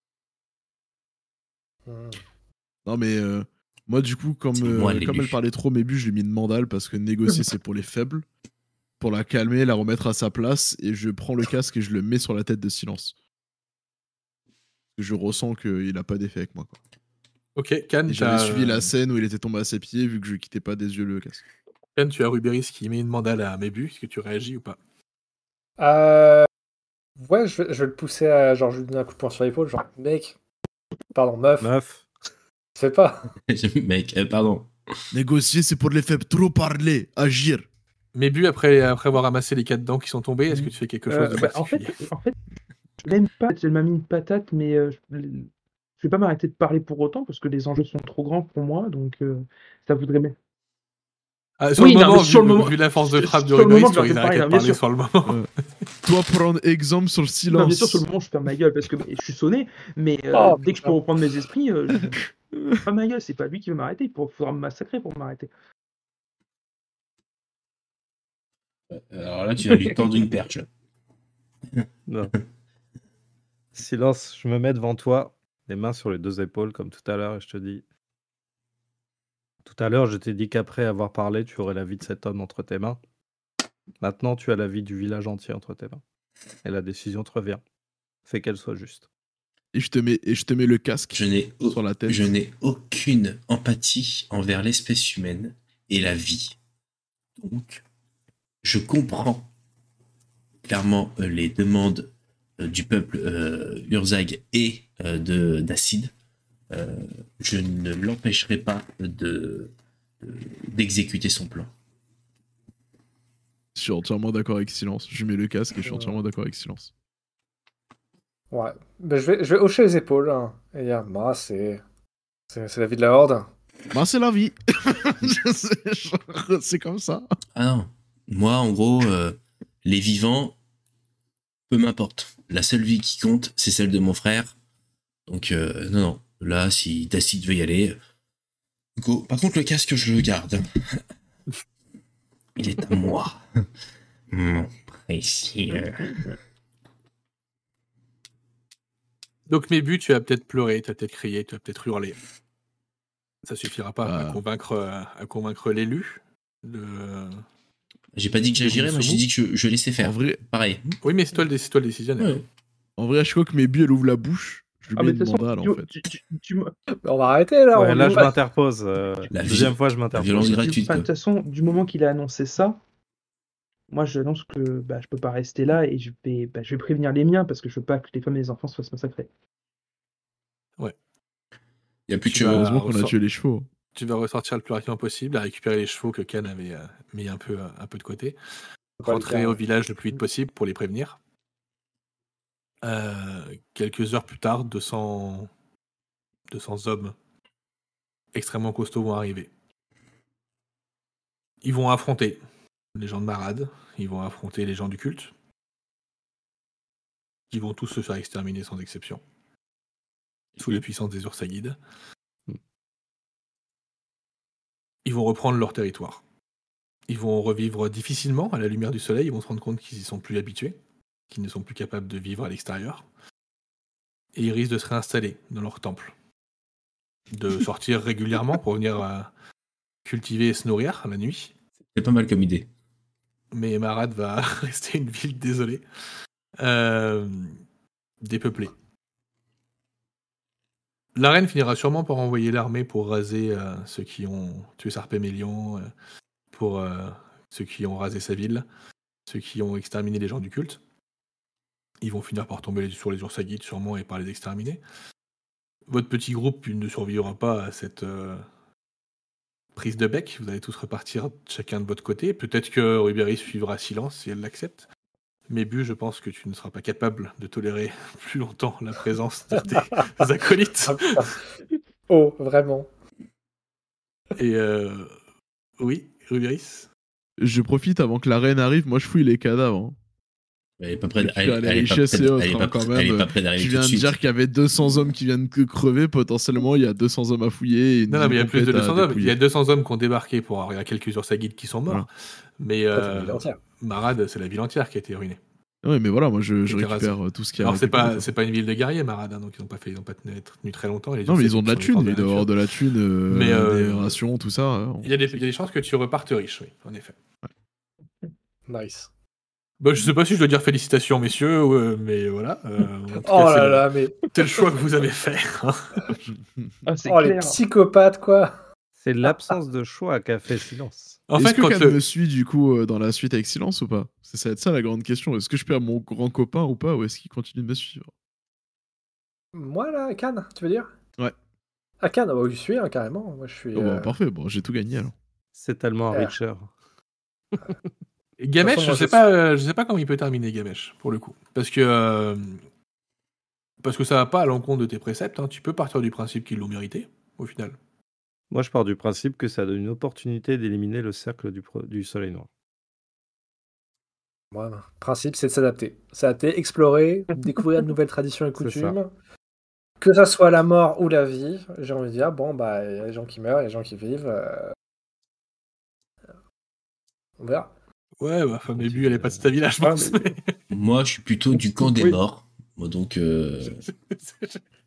Non, mais moi, du coup, comme elle parlait trop mes buts, je lui ai mis une mandale parce que négocier, c'est pour les faibles. Pour la calmer, la remettre à sa place, et je prends le casque et je le mets sur la tête de Silence. Je ressens qu'il n'a pas d'effet avec moi. Quoi. Ok, Can, et j'avais suivi la scène où il était tombé à ses pieds, vu que je quittais pas des yeux le casque. Ken, tu as Rubéris qui met une mandale à Mébu. Est-ce que tu réagis ou pas? Ouais, je vais le pousser à genre je lui donne un coup de poing sur l'épaule, genre mec, pardon, meuf, fais pas. Mec, pardon. Négocier, c'est pour les faibles. Trop parler, agir. Mébu, après avoir ramassé les 4 dents qui sont tombées, est-ce que tu fais quelque chose de particulier? En fait, je l'aime pas. Elle m'a mis une patate, mais je vais pas m'arrêter de parler pour autant parce que les enjeux sont trop grands pour moi, donc ça voudrait bien. Sur le moment, vu la force de frappe de Rubéris, tu aurais arrêté de parler sur le moment. Toi, prendre exemple sur le silence. Non, bien sûr, sur le moment, je ferme ma gueule parce que je suis sonné, mais dès que je peux reprendre mes esprits, je ferme ma gueule. C'est pas lui qui va m'arrêter. Il faudra me massacrer pour m'arrêter. Alors là, tu vas lui tendre une perche. Non. Silence, je me mets devant toi, les mains sur les 2 épaules comme tout à l'heure, et je te dis... Tout à l'heure, je t'ai dit qu'après avoir parlé, tu aurais la vie de cet homme entre tes mains. Maintenant, tu as la vie du village entier entre tes mains. Et la décision te revient. Fais qu'elle soit juste. Et je te mets le casque sur la tête. Je n'ai aucune empathie envers l'espèce humaine et la vie. Donc, je comprends clairement les demandes du peuple Urzag et d'Acide. Je ne l'empêcherai pas d'exécuter son plan. Je suis entièrement d'accord avec Silence. Je mets le casque et je suis entièrement d'accord avec Silence. Ouais, ben, je vais hocher les épaules et dire c'est la vie de la Horde. C'est la vie. C'est comme ça. Ah non, moi en gros, les vivants, peu m'importe. La seule vie qui compte, c'est celle de mon frère. Donc non. Là, si Dacide veut y aller, go. Par contre, le casque, je le garde. Il est à moi. Mon précieux. Donc, Mébu, tu as peut-être pleuré, tu as peut-être crié, tu as peut-être hurlé. Ça suffira pas à convaincre l'élu. J'ai pas dit que j'agirais, moi j'ai dit que je laissais faire. En vrai, pareil. Oui, mais c'est toi le décisionnaire. Ouais. En vrai, à chaque fois que Mébu elle ouvre la bouche, je lui mets une mandale en fait. On va arrêter là. Ouais, là, je m'interpose. La deuxième fois, je m'interpose. Violence gratuite. De toute façon, du moment qu'il a annoncé ça, moi j'annonce que je peux pas rester là et je vais prévenir les miens parce que je veux pas que les femmes et les enfants se fassent massacrer. Ouais. Il y a plus que heureusement qu'on a tué les chevaux. Tu vas ressortir le plus rapidement possible, à récupérer les chevaux que Ken avait mis un peu de côté. Rentrer au village le plus vite possible pour les prévenir. Quelques heures plus tard, 200 hommes extrêmement costauds vont arriver. Ils vont affronter les gens de Marad, ils vont affronter les gens du culte. Ils vont tous se faire exterminer sans exception. Sous la puissance des Ursagides. Ils vont reprendre leur territoire. Ils vont revivre difficilement à la lumière du soleil, ils vont se rendre compte qu'ils y sont plus habitués, qu'ils ne sont plus capables de vivre à l'extérieur. Et ils risquent de se réinstaller dans leur temple. De sortir régulièrement pour venir cultiver et se nourrir la nuit. C'est pas mal comme idée. Mais Marad va rester une ville désolée. Dépeuplée. La reine finira sûrement par envoyer l'armée pour raser ceux qui ont tué Sarpémélion, pour ceux qui ont rasé sa ville, ceux qui ont exterminé les gens du culte. Ils vont finir par tomber sur les Ursagides sûrement et par les exterminer. Votre petit groupe ne survivra pas à cette prise de bec. Vous allez tous repartir chacun de votre côté. Peut-être que Rubéris suivra Silence si elle l'accepte. Mébu, je pense que tu ne seras pas capable de tolérer plus longtemps la présence de tes acolytes. Oh, vraiment. Et oui, Rubéris. Je profite avant que la reine arrive, moi je fouille les cadavres. Elle est pas prête d'arriver. Tu viens de dire qu'il y avait 200 hommes qui viennent de crever, potentiellement il y a 200 hommes à fouiller. Non, mais il y a plus de 200 hommes. Il y a 200 hommes qui ont débarqué il y a quelques Ursagides qui sont morts. Voilà. Mais Marad, c'est la ville entière qui a été ruinée. Ouais, mais voilà, moi je récupère tout ce qu'il y a. Alors c'est pas une ville de guerriers, Marad, donc ils n'ont pas tenu très longtemps. Non, mais ils ont de la thune, il doit avoir de la thune, des rations, tout ça. Il y a des chances que tu repartes riche, oui, en effet. Nice. Je sais pas si je dois dire félicitations, messieurs, mais voilà. C'est le choix que vous avez fait. Les psychopathes, quoi. C'est l'absence de choix qu'a fait Silence. En Est-ce fait, que quand Cannes me suit du coup dans la suite avec silence ou pas? Ça va être ça la grande question. Est-ce que je perds mon grand copain ou pas, ou est-ce qu'il continue de me suivre? Moi, là, à Cannes, tu veux dire? Ouais. À Cannes, oh, je suis, hein, carrément. Moi, je suis. Oh, bah, parfait, bon, j'ai tout gagné alors. C'est tellement un Eh. Richer. Gamesh, façon, moi, je sais pas comment il peut terminer Gamesh, pour le coup. Parce que ça va pas à l'encontre de tes préceptes. Hein. Tu peux partir du principe qu'ils l'ont mérité, au final. Moi, je pars du principe que ça donne une opportunité d'éliminer le cercle du soleil noir. Moi, le principe, c'est de s'adapter. S'adapter, explorer, découvrir de nouvelles traditions et C'est ça. coutumes. Que ça soit la mort ou la vie, j'ai envie de dire, bon, bah, il y a des gens qui meurent, il y a des gens qui vivent. On verra. Ouais, bah, femme début, elle est pas de ta village, je pense. mais- mais- Moi, je suis plutôt du camp des Oui. morts. Moi, donc,